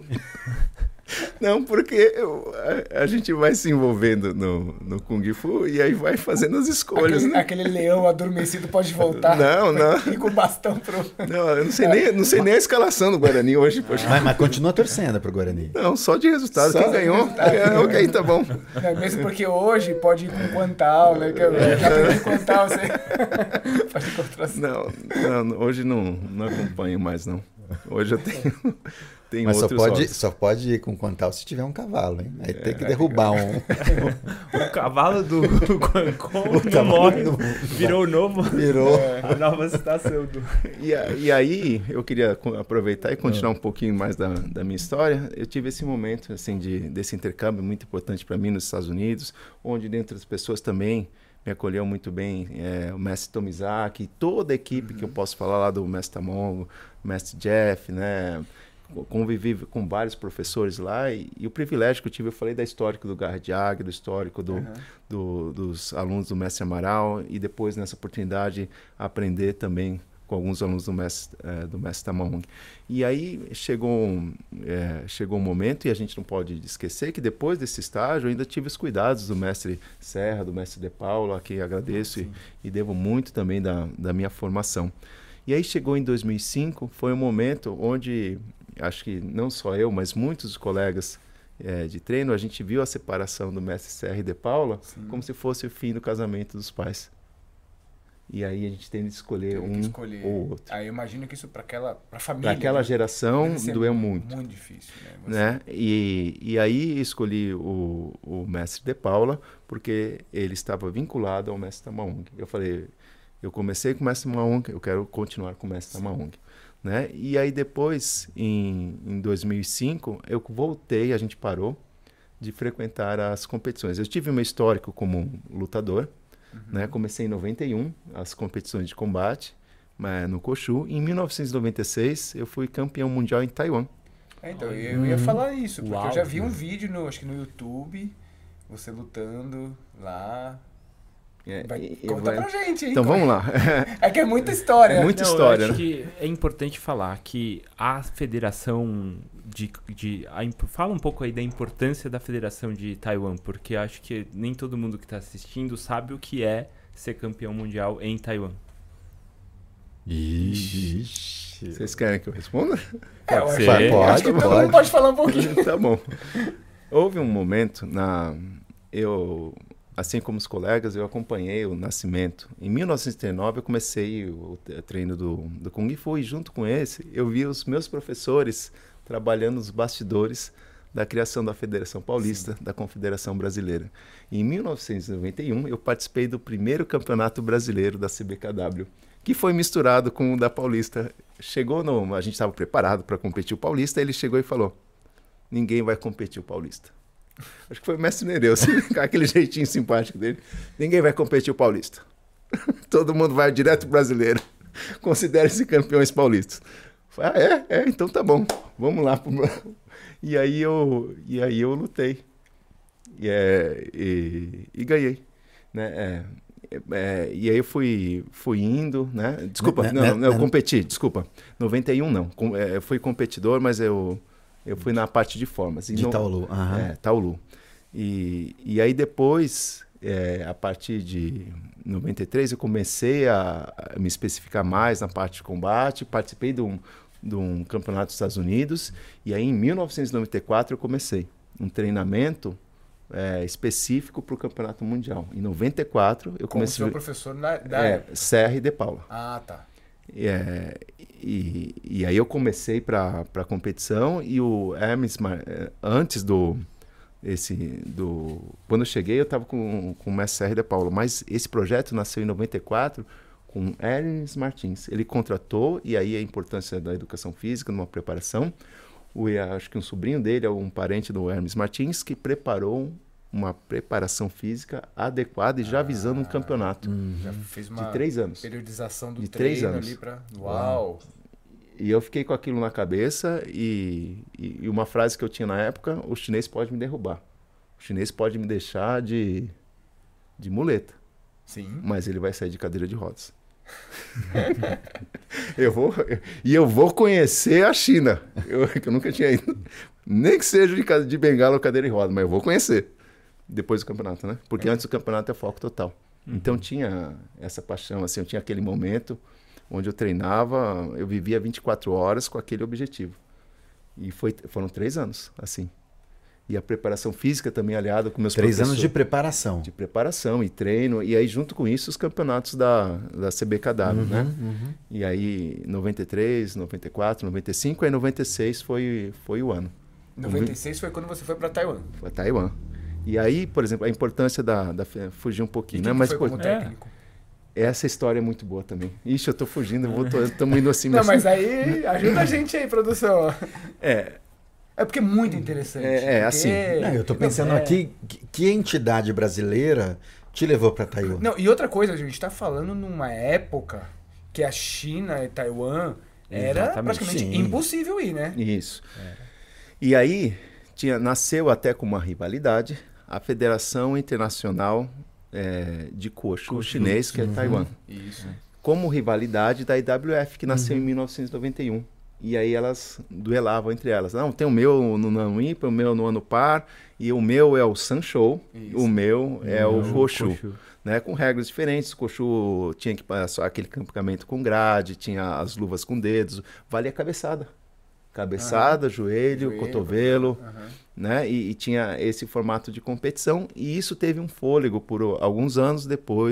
Não, porque a gente vai se envolvendo no Kung Fu e aí vai fazendo as escolhas. Aquele leão adormecido pode voltar. Não. E com o bastão pro... Não, eu não sei nem a escalação do Guarani hoje. Poxa. Mas continua torcendo pro Guarani. Não, só de resultado. Quem ganhou, ok, tá bom. Não, mesmo porque hoje pode ir com Quantal, né? Que eu já aprendi Quantal, você pode encontrar assim. Não, hoje não acompanho mais, não. Hoje eu tenho mas outros só pode ir com Quantal se tiver um cavalo, hein? Aí tem que derrubar o cavalo do Quancon não morre. Virou novo. A nova citação do... E aí, eu queria aproveitar e continuar um pouquinho mais da minha história. Eu tive esse momento, assim, desse intercâmbio muito importante para mim nos Estados Unidos, onde dentro das pessoas também me acolheu muito bem o mestre Tomizaki, toda a equipe que eu posso falar lá do mestre Tamongo, mestre Jeff, né? Convivi com vários professores lá e o privilégio que eu tive, eu falei da histórico do Garra de Águia, do histórico dos alunos do mestre Amaral e depois nessa oportunidade aprender também com alguns alunos do mestre Tamahong. E aí chegou um momento, e a gente não pode esquecer que depois desse estágio eu ainda tive os cuidados do mestre Serra, do mestre De Paulo, a quem agradeço e devo muito também da minha formação. E aí chegou em 2005, foi um momento onde, acho que não só eu, mas muitos colegas de treino, a gente viu a separação do mestre Serra e De Paula como se fosse o fim do casamento dos pais. E aí a gente tem de escolher Teve que um escolher. ou outro. Aí eu imagino que isso pra família. Para aquela né? geração Deve ser doeu muito. Muito difícil, né? Você- Né? E aí escolhi o mestre De Paula, porque ele estava vinculado ao mestre Tamaung. Eu falei, eu comecei com o mestre Tamaung, eu quero continuar com o mestre Tamaung. Né? E aí depois, em 2005, eu voltei, a gente parou de frequentar as competições. Eu tive um histórico como lutador, né? Comecei em 91, as competições de combate, no Koshu. Em 1996, eu fui campeão mundial em Taiwan. Então, eu ia falar isso, porque Uau. eu já vi um vídeo, acho que no YouTube, você lutando lá. Conta pra gente, hein? Então vamos lá. É que é muita história. É muita Não, história, eu acho né? que é importante falar que a federação fala um pouco aí da importância da federação de Taiwan, porque acho que nem todo mundo que está assistindo sabe o que é ser campeão mundial em Taiwan. Ixi. Vocês querem que eu responda? Eu acho, ser. eu acho que todo Pode. mundo pode falar um pouquinho. Tá bom. Houve um momento assim como os colegas, eu acompanhei o nascimento. Em 1939 eu comecei o treino do Kung Fu e junto com esse eu vi os meus professores trabalhando nos bastidores da criação da Federação Paulista, da Confederação Brasileira. E em 1991 eu participei do primeiro campeonato brasileiro da CBKW, que foi misturado com o da Paulista. A gente estava preparado para competir o Paulista, ele chegou e falou: ninguém vai competir o Paulista. Acho que foi o mestre Nereu, com aquele jeitinho simpático dele. Ninguém vai competir o Paulista. Todo mundo vai direto pro brasileiro. Considere-se campeões paulistas. Falei, então tá bom. Vamos lá. E aí eu lutei. E ganhei. Né? E aí eu fui indo, né? Desculpa, eu competi, desculpa. 91 não. Eu fui competidor, mas eu fui na parte de formas. De Taolu. Taolu. E aí depois, a partir de 93, eu comecei a me especificar mais na parte de combate. Participei de um campeonato dos Estados Unidos. E aí em 1994 eu comecei um treinamento específico para o campeonato mundial. Em 94 eu Como comecei... seu professor da Serra e De Paula. Ah, tá. E aí eu comecei para a competição e o Hermes, antes quando eu cheguei eu estava com o mestre Serra e De Paula, mas esse projeto nasceu em 94 com Hermes Martins. Ele contratou, e aí a importância da educação física numa preparação. Acho que um sobrinho dele, um parente do Hermes Martins, que preparou uma preparação física adequada e já visando um campeonato. Já fez uma de 3 anos. periodização do De treino 3 anos. ali pra... Uau! E eu fiquei com aquilo na cabeça e uma frase que eu tinha na época: o chinês pode me derrubar. O chinês pode me deixar de muleta, Sim. mas ele vai sair de cadeira de rodas. eu vou conhecer a China, que eu nunca tinha ido. Nem que seja de bengala ou cadeira de rodas, mas eu vou conhecer. Depois do campeonato, né? Porque antes do campeonato é foco total. Então tinha essa paixão, assim, eu tinha aquele momento onde eu treinava, eu vivia 24 horas com aquele objetivo. E foram 3 anos, assim. E a preparação física também aliada com meus 3 professores. anos de preparação. De preparação e treino. E aí, junto com isso, os campeonatos da CBKW, né? E aí, 93, 94, 95, aí 96 foi o ano. 96 foi quando você foi pra Taiwan. Foi Taiwan. E aí, por exemplo, a importância fugir um E pouquinho, quem né? que foi como técnico? Essa história é muito boa também. Ixi, eu tô fugindo, estamos indo assim. Não, mas aí, ajuda a gente aí, produção. É porque é muito interessante. Assim. Não, eu tô pensando aqui, que entidade brasileira te levou para Taiwan? Não, e outra coisa, a gente tá falando numa época que a China e Taiwan era Exatamente. praticamente Sim. impossível ir, né? Isso. E aí, nasceu até com uma rivalidade a Federação Internacional de Koshu chinês, que é Taiwan. Isso. Como rivalidade da IWF, que nasceu em 1991. E aí elas duelavam entre elas. Não, tem o meu no ano ímpar, o meu no ano par, e o meu é o Sanshou, o meu é o Koshu. Né, com regras diferentes. O Koshu tinha que passar aquele campamento com grade, tinha as luvas com dedos, valia cabeçada. Cabeçada, joelho, cotovelo, né? E tinha esse formato de competição, e isso teve um fôlego por alguns anos. Depois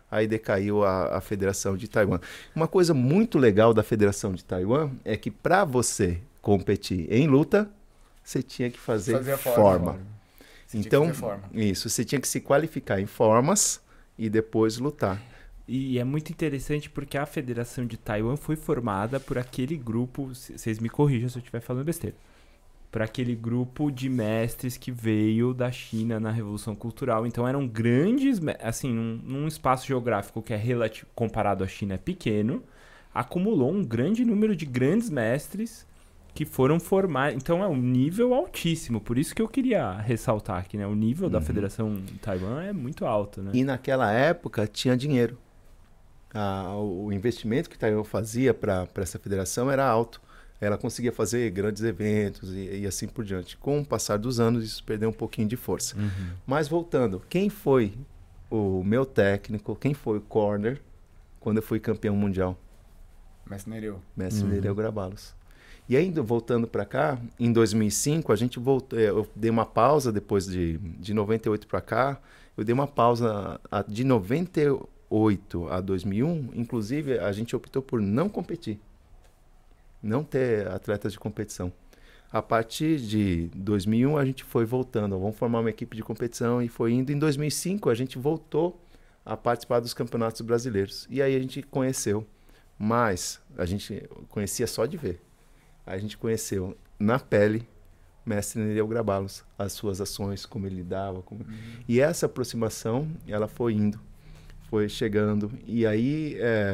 aí decaiu a Federação de Taiwan. Uma coisa muito legal da Federação de Taiwan é que para você competir em luta, você tinha que fazer a forma. Então, forma. isso, você tinha que se qualificar em formas e depois lutar. E é muito interessante porque a Federação de Taiwan foi formada por aquele grupo, vocês me corrijam se eu estiver falando besteira, por aquele grupo de mestres que veio da China na Revolução Cultural. Então eram grandes, assim, num espaço geográfico que é comparado à China é pequeno, acumulou um grande número de grandes mestres que foram formar. Então é um nível altíssimo, por isso que eu queria ressaltar aqui, né? O nível da Federação de Taiwan é muito alto, né? E naquela época tinha dinheiro. O investimento que Taiwan fazia para essa federação era alto. Ela conseguia fazer grandes eventos e assim por diante. Com o passar dos anos, isso perdeu um pouquinho de força. Mas voltando, quem foi o meu técnico, quem foi o corner quando eu fui campeão mundial? Mestre Nereu. Mestre Nereu Grabalos. E ainda voltando para cá, em 2005, a gente voltou, eu dei uma pausa depois de 98 para cá, eu dei uma pausa de 98 a 2001, inclusive a gente optou por não competir, não ter atletas de competição. A partir de 2001 a gente foi voltando, vamos formar uma equipe de competição e foi indo. Em 2005 a gente voltou a participar dos campeonatos brasileiros. E aí a gente conheceu, mas a gente conhecia só de ver. A gente conheceu na pele Mestre Nereu Grabalos, as suas ações, como ele lidava. E essa aproximação, ela foi indo, foi chegando. E aí,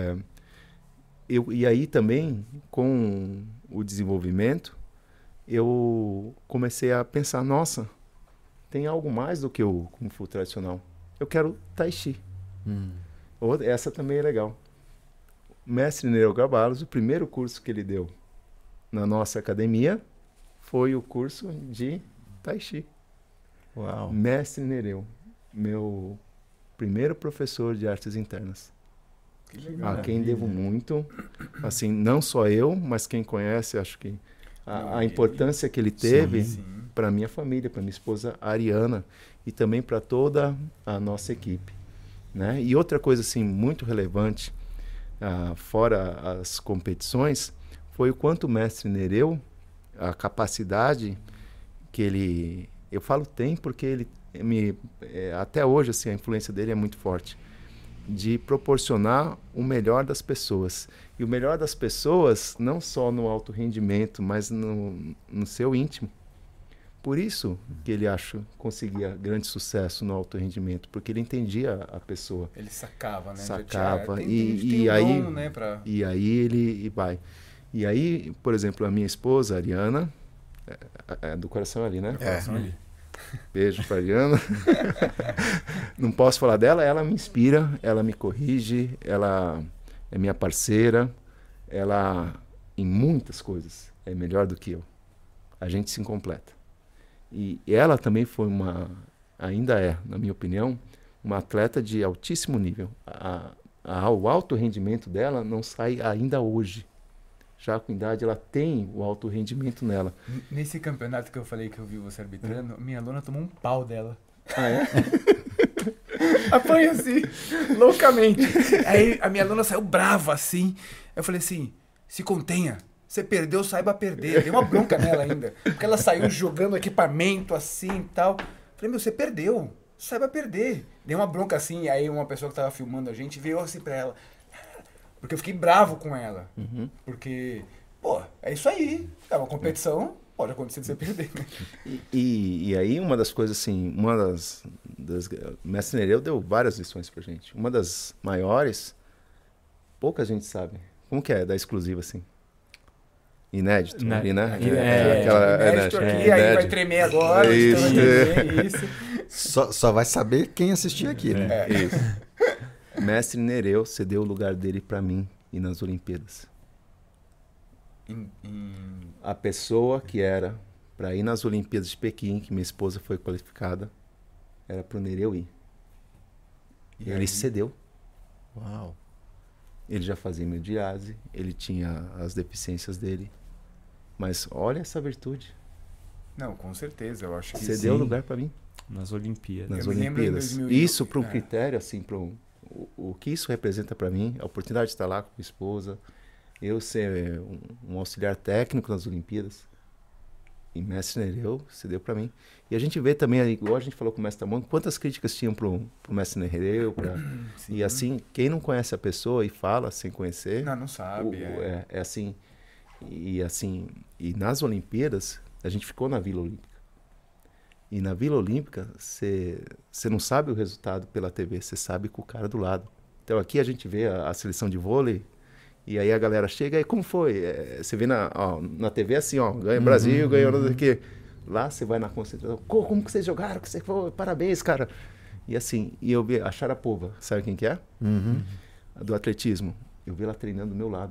também, com o desenvolvimento, eu comecei a pensar, nossa, tem algo mais do que o Kung Fu tradicional. Eu quero Tai Chi. Essa também é legal. Mestre Nereu Grabalos, o primeiro curso que ele deu na nossa academia foi o curso de Tai Chi. Uau. Mestre Nereu, meu primeiro professor de artes internas. Que legal. A quem devo muito, assim, não só eu, mas quem conhece, acho que a importância que ele teve para minha família, para minha esposa Ariana e também para toda a nossa equipe, né? E outra coisa assim muito relevante, fora as competições, foi o quanto o Mestre Nereu, a capacidade que ele, eu falo tem porque ele até hoje assim a influência dele é muito forte, de proporcionar o melhor das pessoas. E o melhor das pessoas não só no alto rendimento, mas no seu íntimo. Por isso que ele conseguia grande sucesso no alto rendimento, porque ele entendia a pessoa. Ele sacava, né? Sacava. E aí, dom, né, e aí ele vai. E aí, por exemplo, a minha esposa, a Ariana, do coração ali, né? Coração ali. Beijo pra Ariana. Não posso falar dela, ela me inspira, ela me corrige, ela é minha parceira, ela, em muitas coisas, é melhor do que eu. A gente se completa. E ela também foi ainda é, na minha opinião, uma atleta de altíssimo nível. O alto rendimento dela não sai ainda hoje. Já com idade, ela tem o alto rendimento nela. Nesse campeonato que eu falei que eu vi você arbitrando, minha aluna tomou um pau dela. Ah, é? Apanha assim, loucamente. Aí a minha aluna saiu brava assim. Eu falei assim, se contenha. Você perdeu, saiba perder. Dei uma bronca nela ainda. Porque ela saiu jogando equipamento assim e tal. Falei, meu, você perdeu. Saiba perder. Dei uma bronca assim. Aí uma pessoa que tava filmando a gente veio assim pra ela. Porque eu fiquei bravo com ela. Porque, pô, é isso aí. É uma competição, pode acontecer de você perder, né? E aí uma das coisas assim, Mestre Nereu deu várias lições pra gente. Uma das maiores, pouca gente sabe. Como que é, da exclusiva assim? Inédito, ali, né? Inédito aqui, aí vai tremer agora. Isso. Só vai saber quem assistir aqui, né? Isso. Mestre Nereu cedeu o lugar dele para mim e nas Olimpíadas. A pessoa que era para ir nas Olimpíadas de Pequim, que minha esposa foi qualificada, era para o Nereu ir. E ele cedeu. Uau. Ele já fazia hemodiálise, ele tinha as deficiências dele. Mas olha essa virtude. Não, com certeza, eu acho que cedeu o lugar para mim. Nas Olimpíadas. Nas Eu me lembro em Olimpíadas. 2000, Isso para um critério, assim, para o o que isso representa para mim, a oportunidade de estar lá com minha esposa, eu ser um auxiliar técnico nas Olimpíadas, e mestre Nereu se deu para mim. E a gente vê também, igual a gente falou com o mestre Tamon, quantas críticas tinham pro mestre Nereu, e assim, quem não conhece a pessoa e fala sem conhecer... Não sabe. É assim, e nas Olimpíadas, a gente ficou na Vila Olímpica. E na Vila Olímpica, você não sabe o resultado pela TV, você sabe com o cara do lado. Então aqui a gente vê a seleção de vôlei, e aí a galera chega, e como foi? Você vê na TV assim, ó, ganha Brasil, ganhou não sei o quê. Lá você vai na concentração, como que vocês jogaram? Que você foi? Parabéns, cara. E assim, eu vi a Sharapova, sabe quem que é? Do atletismo. Eu vi ela treinando do meu lado.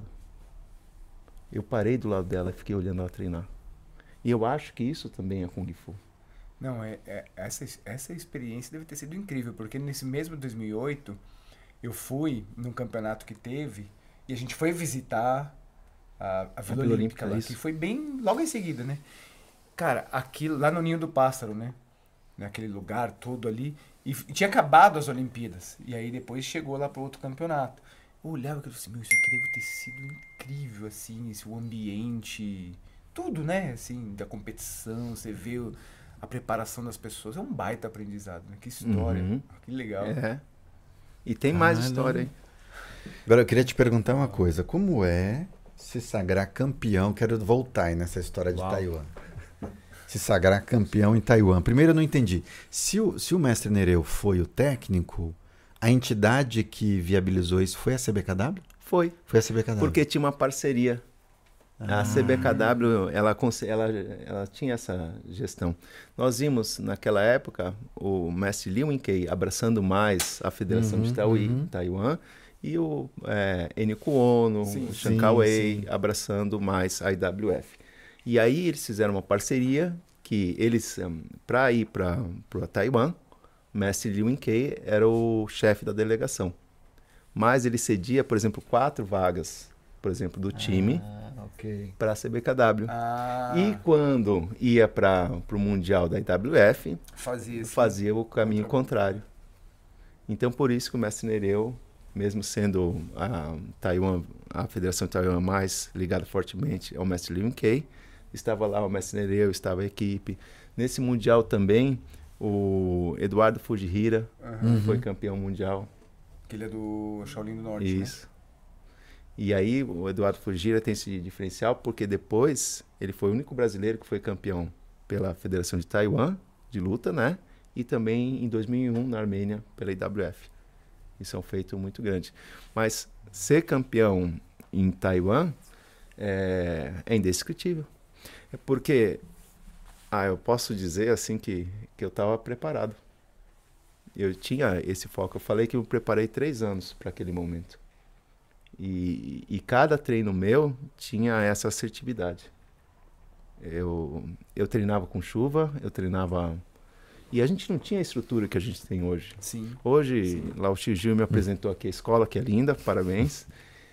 Eu parei do lado dela e fiquei olhando ela treinar. E eu acho que isso também é Kung Fu. Não, essa experiência deve ter sido incrível, porque nesse mesmo 2008, eu fui num campeonato que teve, e a gente foi visitar a Vila Olímpica lá, que foi bem logo em seguida, né? Cara, aquilo lá no Ninho do Pássaro, né? Naquele lugar todo ali, e tinha acabado as Olimpíadas, e aí depois chegou lá para outro campeonato. Eu olhava e falei assim, isso aqui deve ter sido incrível, assim, o ambiente, tudo, né? Assim, da competição, você vê a preparação das pessoas, é um baita aprendizado, né? Que história, que legal. E tem mais história, hein? Agora eu queria te perguntar uma coisa, como é se sagrar campeão? Quero voltar aí nessa história de Taiwan. Se sagrar campeão em Taiwan. Primeiro eu não entendi. Se o mestre Nereu foi o técnico, a entidade que viabilizou isso foi a CBKW? Foi a CBKW. Porque tinha uma parceria. A CBKW, ela tinha essa gestão. Nós vimos, naquela época, o mestre Liu Yinkei abraçando mais a Federação de Taiwan e o Eniko Ono, o Chan Kawei abraçando mais a IWF. E aí eles fizeram uma parceria que eles, para ir para Taiwan, o mestre Liu Yinkei era o chefe da delegação. Mas ele cedia, por exemplo, 4 vagas, por exemplo, do time para a CBKW. E quando ia para o Mundial da IWF, fazia o caminho contrário. Então, por isso que o mestre Nereu, mesmo sendo a Federação de Taiwan mais ligada fortemente ao mestre Liu Yinkei, estava lá o mestre Nereu, estava a equipe. Nesse Mundial também, o Eduardo Fujihira foi campeão mundial. Que ele é do Shaolin do Norte, Isso. Né? E aí o Eduardo Fujihira tem esse diferencial porque depois ele foi o único brasileiro que foi campeão pela Federação de Taiwan de luta, né? E também em 2001 na Armênia pela IWF. Isso é um feito muito grande. Mas ser campeão em Taiwan é indescritível. É porque eu posso dizer assim que eu estava preparado. Eu tinha esse foco. Eu falei que eu preparei 3 anos para aquele momento. E cada treino meu tinha essa assertividade. Eu treinava com chuva, eu treinava... E a gente não tinha a estrutura que a gente tem hoje. Sim. Hoje, lá o Tio Gil me apresentou aqui a escola, que é linda, parabéns.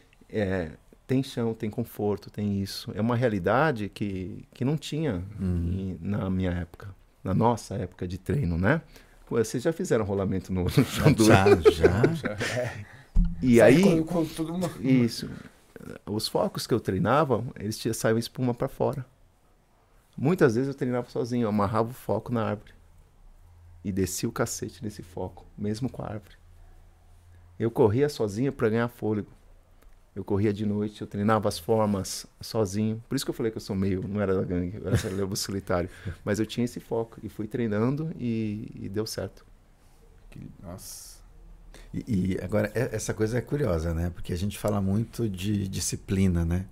Tem chão, tem conforto, tem isso. É uma realidade que não tinha na minha época, na nossa época de treino, né? Vocês já fizeram rolamento no chão duro? Já. E aí, com todo mundo... isso. Os focos que eu treinava, eles saiam espuma para fora. Muitas vezes eu treinava sozinho, eu amarrava o foco na árvore e descia o cacete nesse foco, mesmo com a árvore. Eu corria sozinho para ganhar fôlego. Eu corria de noite, eu treinava as formas sozinho. Por isso que eu falei que eu sou não era da gangue, eu era lobo solitário. Mas eu tinha esse foco e fui treinando e deu certo. Nossa. E agora, essa coisa é curiosa, né? Porque a gente fala muito de disciplina, né?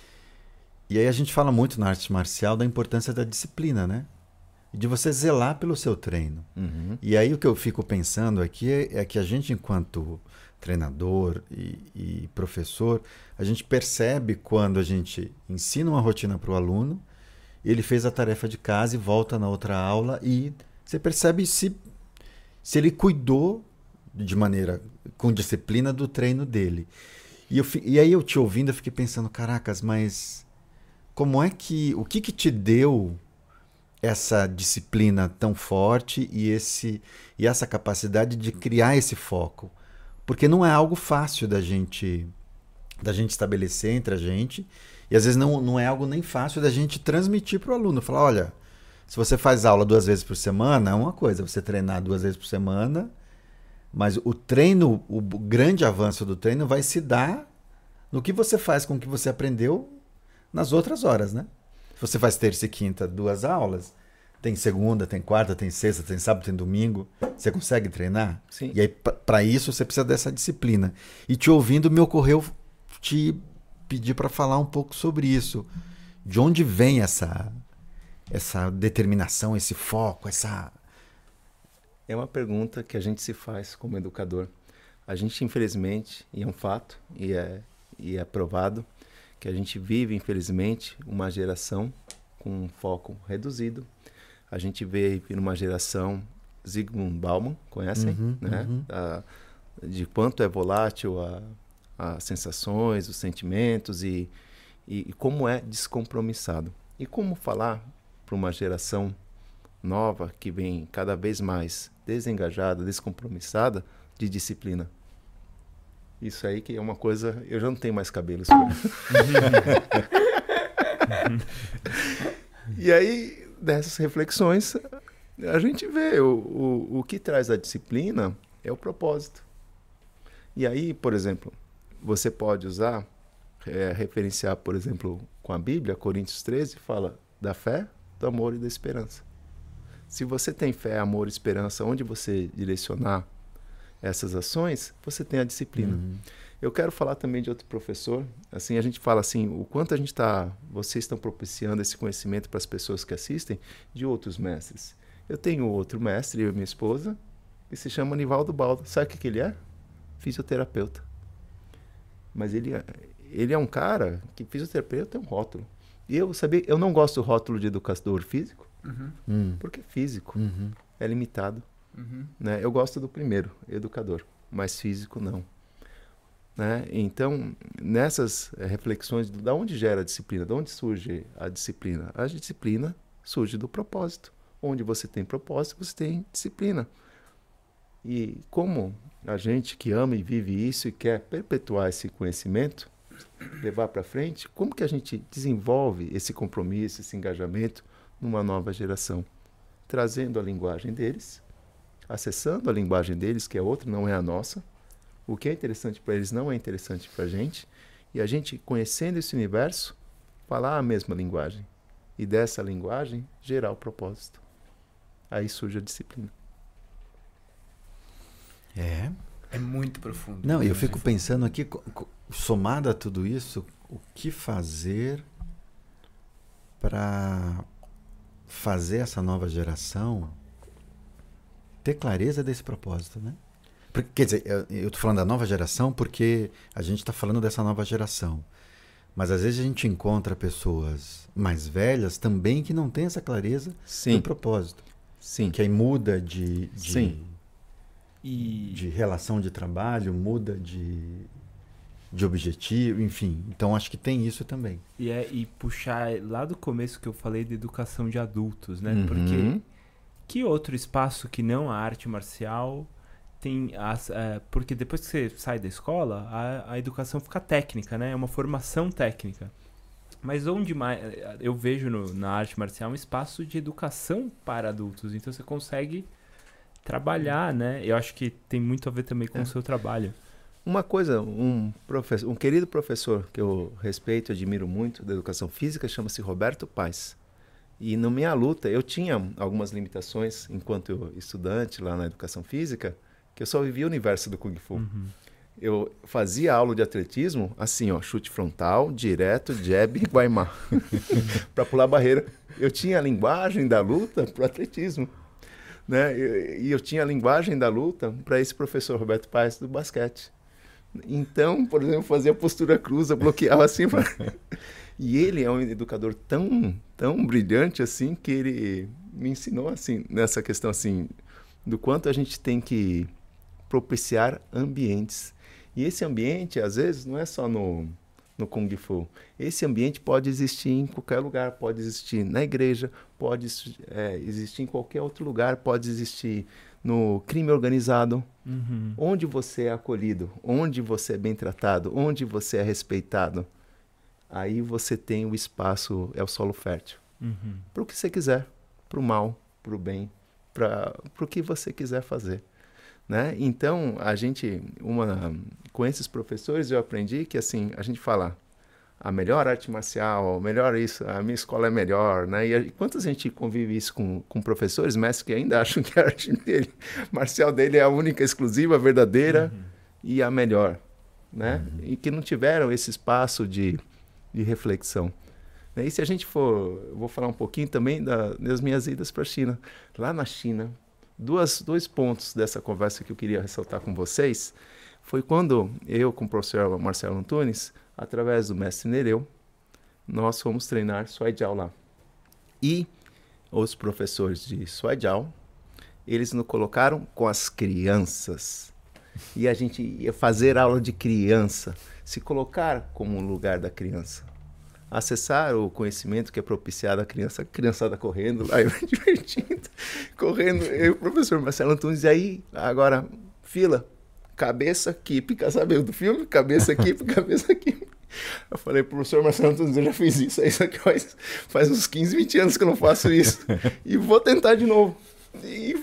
E aí a gente fala muito na arte marcial da importância da disciplina, né? De você zelar pelo seu treino. E aí o que eu fico pensando aqui é que a gente, enquanto treinador e professor, a gente percebe quando a gente ensina uma rotina para o aluno, ele fez a tarefa de casa e volta na outra aula e você percebe se ele cuidou de maneira, com disciplina do treino dele. E aí eu te ouvindo, eu fiquei pensando, caracas, mas como é que, o que te deu essa disciplina tão forte e essa capacidade de criar esse foco? Porque não é algo fácil da gente estabelecer entre a gente, e às vezes não é algo nem fácil da gente transmitir para o aluno. Falar, olha, se você faz aula 2 vezes por semana, é uma coisa, você treinar 2 vezes por semana, mas o treino, o grande avanço do treino vai se dar no que você faz com o que você aprendeu nas outras horas, né? Se você faz terça e quinta 2 aulas, tem segunda, tem quarta, tem sexta, tem sábado, tem domingo, você consegue treinar? Sim. E aí, para isso, você precisa dessa disciplina. E te ouvindo, me ocorreu te pedir para falar um pouco sobre isso. De onde vem essa determinação, esse foco, essa... É uma pergunta que a gente se faz como educador. A gente, infelizmente, e é um fato, e é provado, que a gente vive, infelizmente, uma geração com um foco reduzido. A gente vive numa geração, Zygmunt Bauman, conhecem? Né? De quanto é volátil as sensações, os sentimentos e como é descompromissado. E como falar para uma geração nova que vem cada vez mais desengajada, descompromissada de disciplina? Isso aí que é uma coisa... Eu já não tenho mais cabelos. E aí, dessas reflexões, a gente vê o que traz a disciplina é o propósito. E aí, por exemplo, você pode usar, referenciar, por exemplo, com a Bíblia, Coríntios 13, fala da fé, do amor e da esperança. Se você tem fé, amor e esperança, onde você direcionar essas ações, você tem a disciplina. Eu quero falar também de outro professor. Assim, a gente fala assim, o quanto vocês estão propiciando esse conhecimento para as pessoas que assistem de outros mestres. Eu tenho outro mestre, eu e minha esposa, que se chama Nivaldo Baldo. Sabe o que ele é? Fisioterapeuta. Mas ele é um cara que fisioterapeuta é um rótulo. E eu não gosto do rótulo de educador físico, porque físico é limitado. Né? Eu gosto do primeiro, educador, mas físico não. Né? Então, nessas reflexões, de onde gera a disciplina? De onde surge a disciplina? A disciplina surge do propósito. Onde você tem propósito, você tem disciplina. E como a gente que ama e vive isso e quer perpetuar esse conhecimento, levar para frente, como que a gente desenvolve esse compromisso, esse engajamento numa nova geração? Trazendo a linguagem deles, acessando a linguagem deles, que é outra, não é a nossa. O que é interessante para eles não é interessante para a gente. E a gente, conhecendo esse universo, falar a mesma linguagem. E dessa linguagem, gerar o propósito. Aí surge a disciplina. É muito profundo. Não, eu fico pensando aqui, somado a tudo isso, o que fazer para fazer essa nova geração ter clareza desse propósito, né? Porque, quer dizer, eu estou falando da nova geração porque a gente está falando dessa nova geração. Mas às vezes a gente encontra pessoas mais velhas também que não têm essa clareza do propósito. Sim. Que aí muda de E relação de trabalho, muda de objetivo, enfim. Então acho que tem isso também. E puxar lá do começo que eu falei de educação de adultos, né? Porque que outro espaço que não a arte marcial tem... porque depois que você sai da escola, a educação fica técnica, né? É uma formação técnica. Mas onde mais... Eu vejo na arte marcial um espaço de educação para adultos. Então você consegue trabalhar, né? Eu acho que tem muito a ver também com o seu trabalho. Uma coisa, um querido professor que eu respeito e admiro muito da educação física chama-se Roberto Paes. E na minha luta, eu tinha algumas limitações enquanto estudante lá na educação física, que eu só vivia o universo do Kung Fu. Eu fazia aula de atletismo, assim, ó, chute frontal, direto, jab e guaimá, para pular a barreira. Eu tinha a linguagem da luta para o atletismo. Né? E eu tinha a linguagem da luta para esse professor Roberto Paes do basquete. Então, por exemplo, fazia postura cruza, bloqueava assim. E ele é um educador tão brilhante assim que ele me ensinou assim nessa questão assim do quanto a gente tem que propiciar ambientes. E esse ambiente, às vezes, não é só no Kung Fu. Esse ambiente pode existir em qualquer lugar, pode existir na igreja, pode existir em qualquer outro lugar, pode existir no crime organizado, Uhum. Onde você é acolhido, onde você é bem tratado, onde você é respeitado, aí você tem o espaço, é o solo fértil. Uhum. Para o que você quiser, para o mal, para o bem, para o que você quiser fazer. Né? Então, com esses professores eu aprendi que assim, a gente fala a melhor arte marcial, melhor isso, a minha escola é melhor, né? E quantas gente convive isso com professores, mestres que ainda acham que a arte marcial dele é a única, exclusiva, verdadeira e a melhor, né? E que não tiveram esse espaço de reflexão. E se a gente eu vou falar um pouquinho também das minhas idas para a China. Lá na China, dois pontos dessa conversa que eu queria ressaltar com vocês foi quando eu, com o professor Marcelo Antunes, através do mestre Nereu, nós fomos treinar Suai Jiao lá. E os professores de Suai Jiao, eles nos colocaram com as crianças. E a gente ia fazer aula de criança, se colocar como um lugar da criança. Acessar o conhecimento que é propiciado à criança, a criançada correndo lá, divertindo, correndo, eu e o professor Marcelo Antunes, e aí, agora, fila, cabeça, equipe, sabe do filme? Cabeça, equipe, cabeça, equipe. Eu falei, professor Marcelo Antunes, eu já fiz isso aqui faz uns 15, 20 anos que eu não faço isso, e vou tentar de novo, e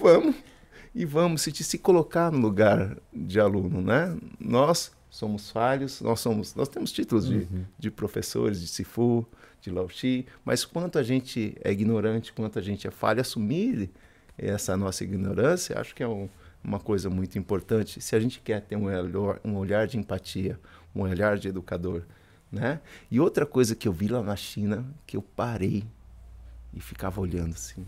vamos se colocar no lugar de aluno, né? Nós somos falhos, nós temos títulos de professores, de Sifu, de Lao Chi, mas quanto a gente é ignorante, quanto a gente é falho, assumir essa nossa ignorância, acho que é uma coisa muito importante. Se a gente quer ter um olhar de empatia, um olhar de educador, né? E outra coisa que eu vi lá na China, que eu parei e ficava olhando assim.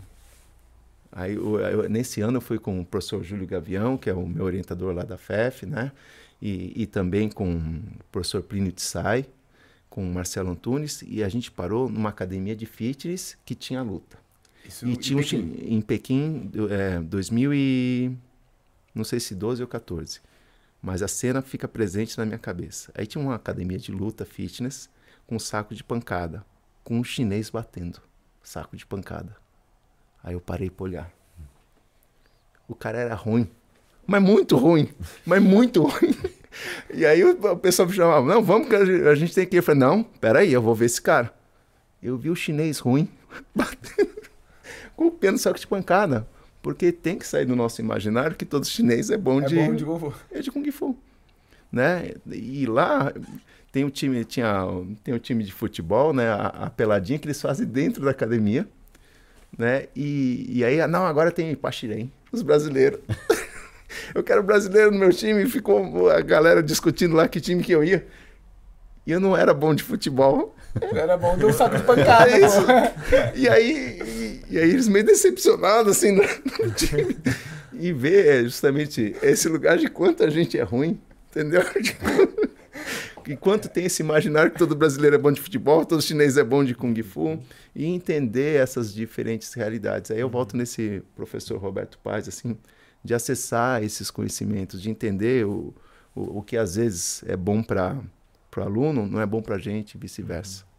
Aí, nesse ano eu fui com o professor Júlio Gavião, que é o meu orientador lá da FEF, né? E também com o professor Plínio Tsai, com o Marcelo Antunes, e a gente parou numa academia de fitness que tinha luta. Isso e tinha em Pequim, 2000 e... não sei se 12 ou 14, mas a cena fica presente na minha cabeça. Aí tinha uma academia de luta fitness com um saco de pancada, com um chinês batendo saco de pancada. Aí eu parei para olhar. O cara era ruim. Mas muito ruim. E aí o pessoal me chamava, não, vamos que a gente tem que ir. Eu falei, não, peraí, eu vou ver esse cara. Eu vi o chinês ruim, batendo, com o pé no saco de pancada. Porque tem que sair do nosso imaginário que todo chinês é bom de Kung Fu. É de Kung Fu. Né? E lá tem um time de futebol, né? A peladinha que eles fazem dentro da academia. Né? E aí, não, agora tem Pachirém, os brasileiros. Eu quero brasileiro no meu time, e ficou a galera discutindo lá que time que eu ia. E eu não era bom de futebol. Era bom de um saco de pancada. Isso. E aí eles meio decepcionados assim no time. E ver justamente esse lugar de quanto a gente é ruim, entendeu? E quanto tem esse imaginário que todo brasileiro é bom de futebol, todo chinês é bom de Kung Fu, e entender essas diferentes realidades. Aí eu volto nesse professor Roberto Paz, assim, de acessar esses conhecimentos, de entender o que às vezes é bom para o aluno, não é bom para a gente e vice-versa.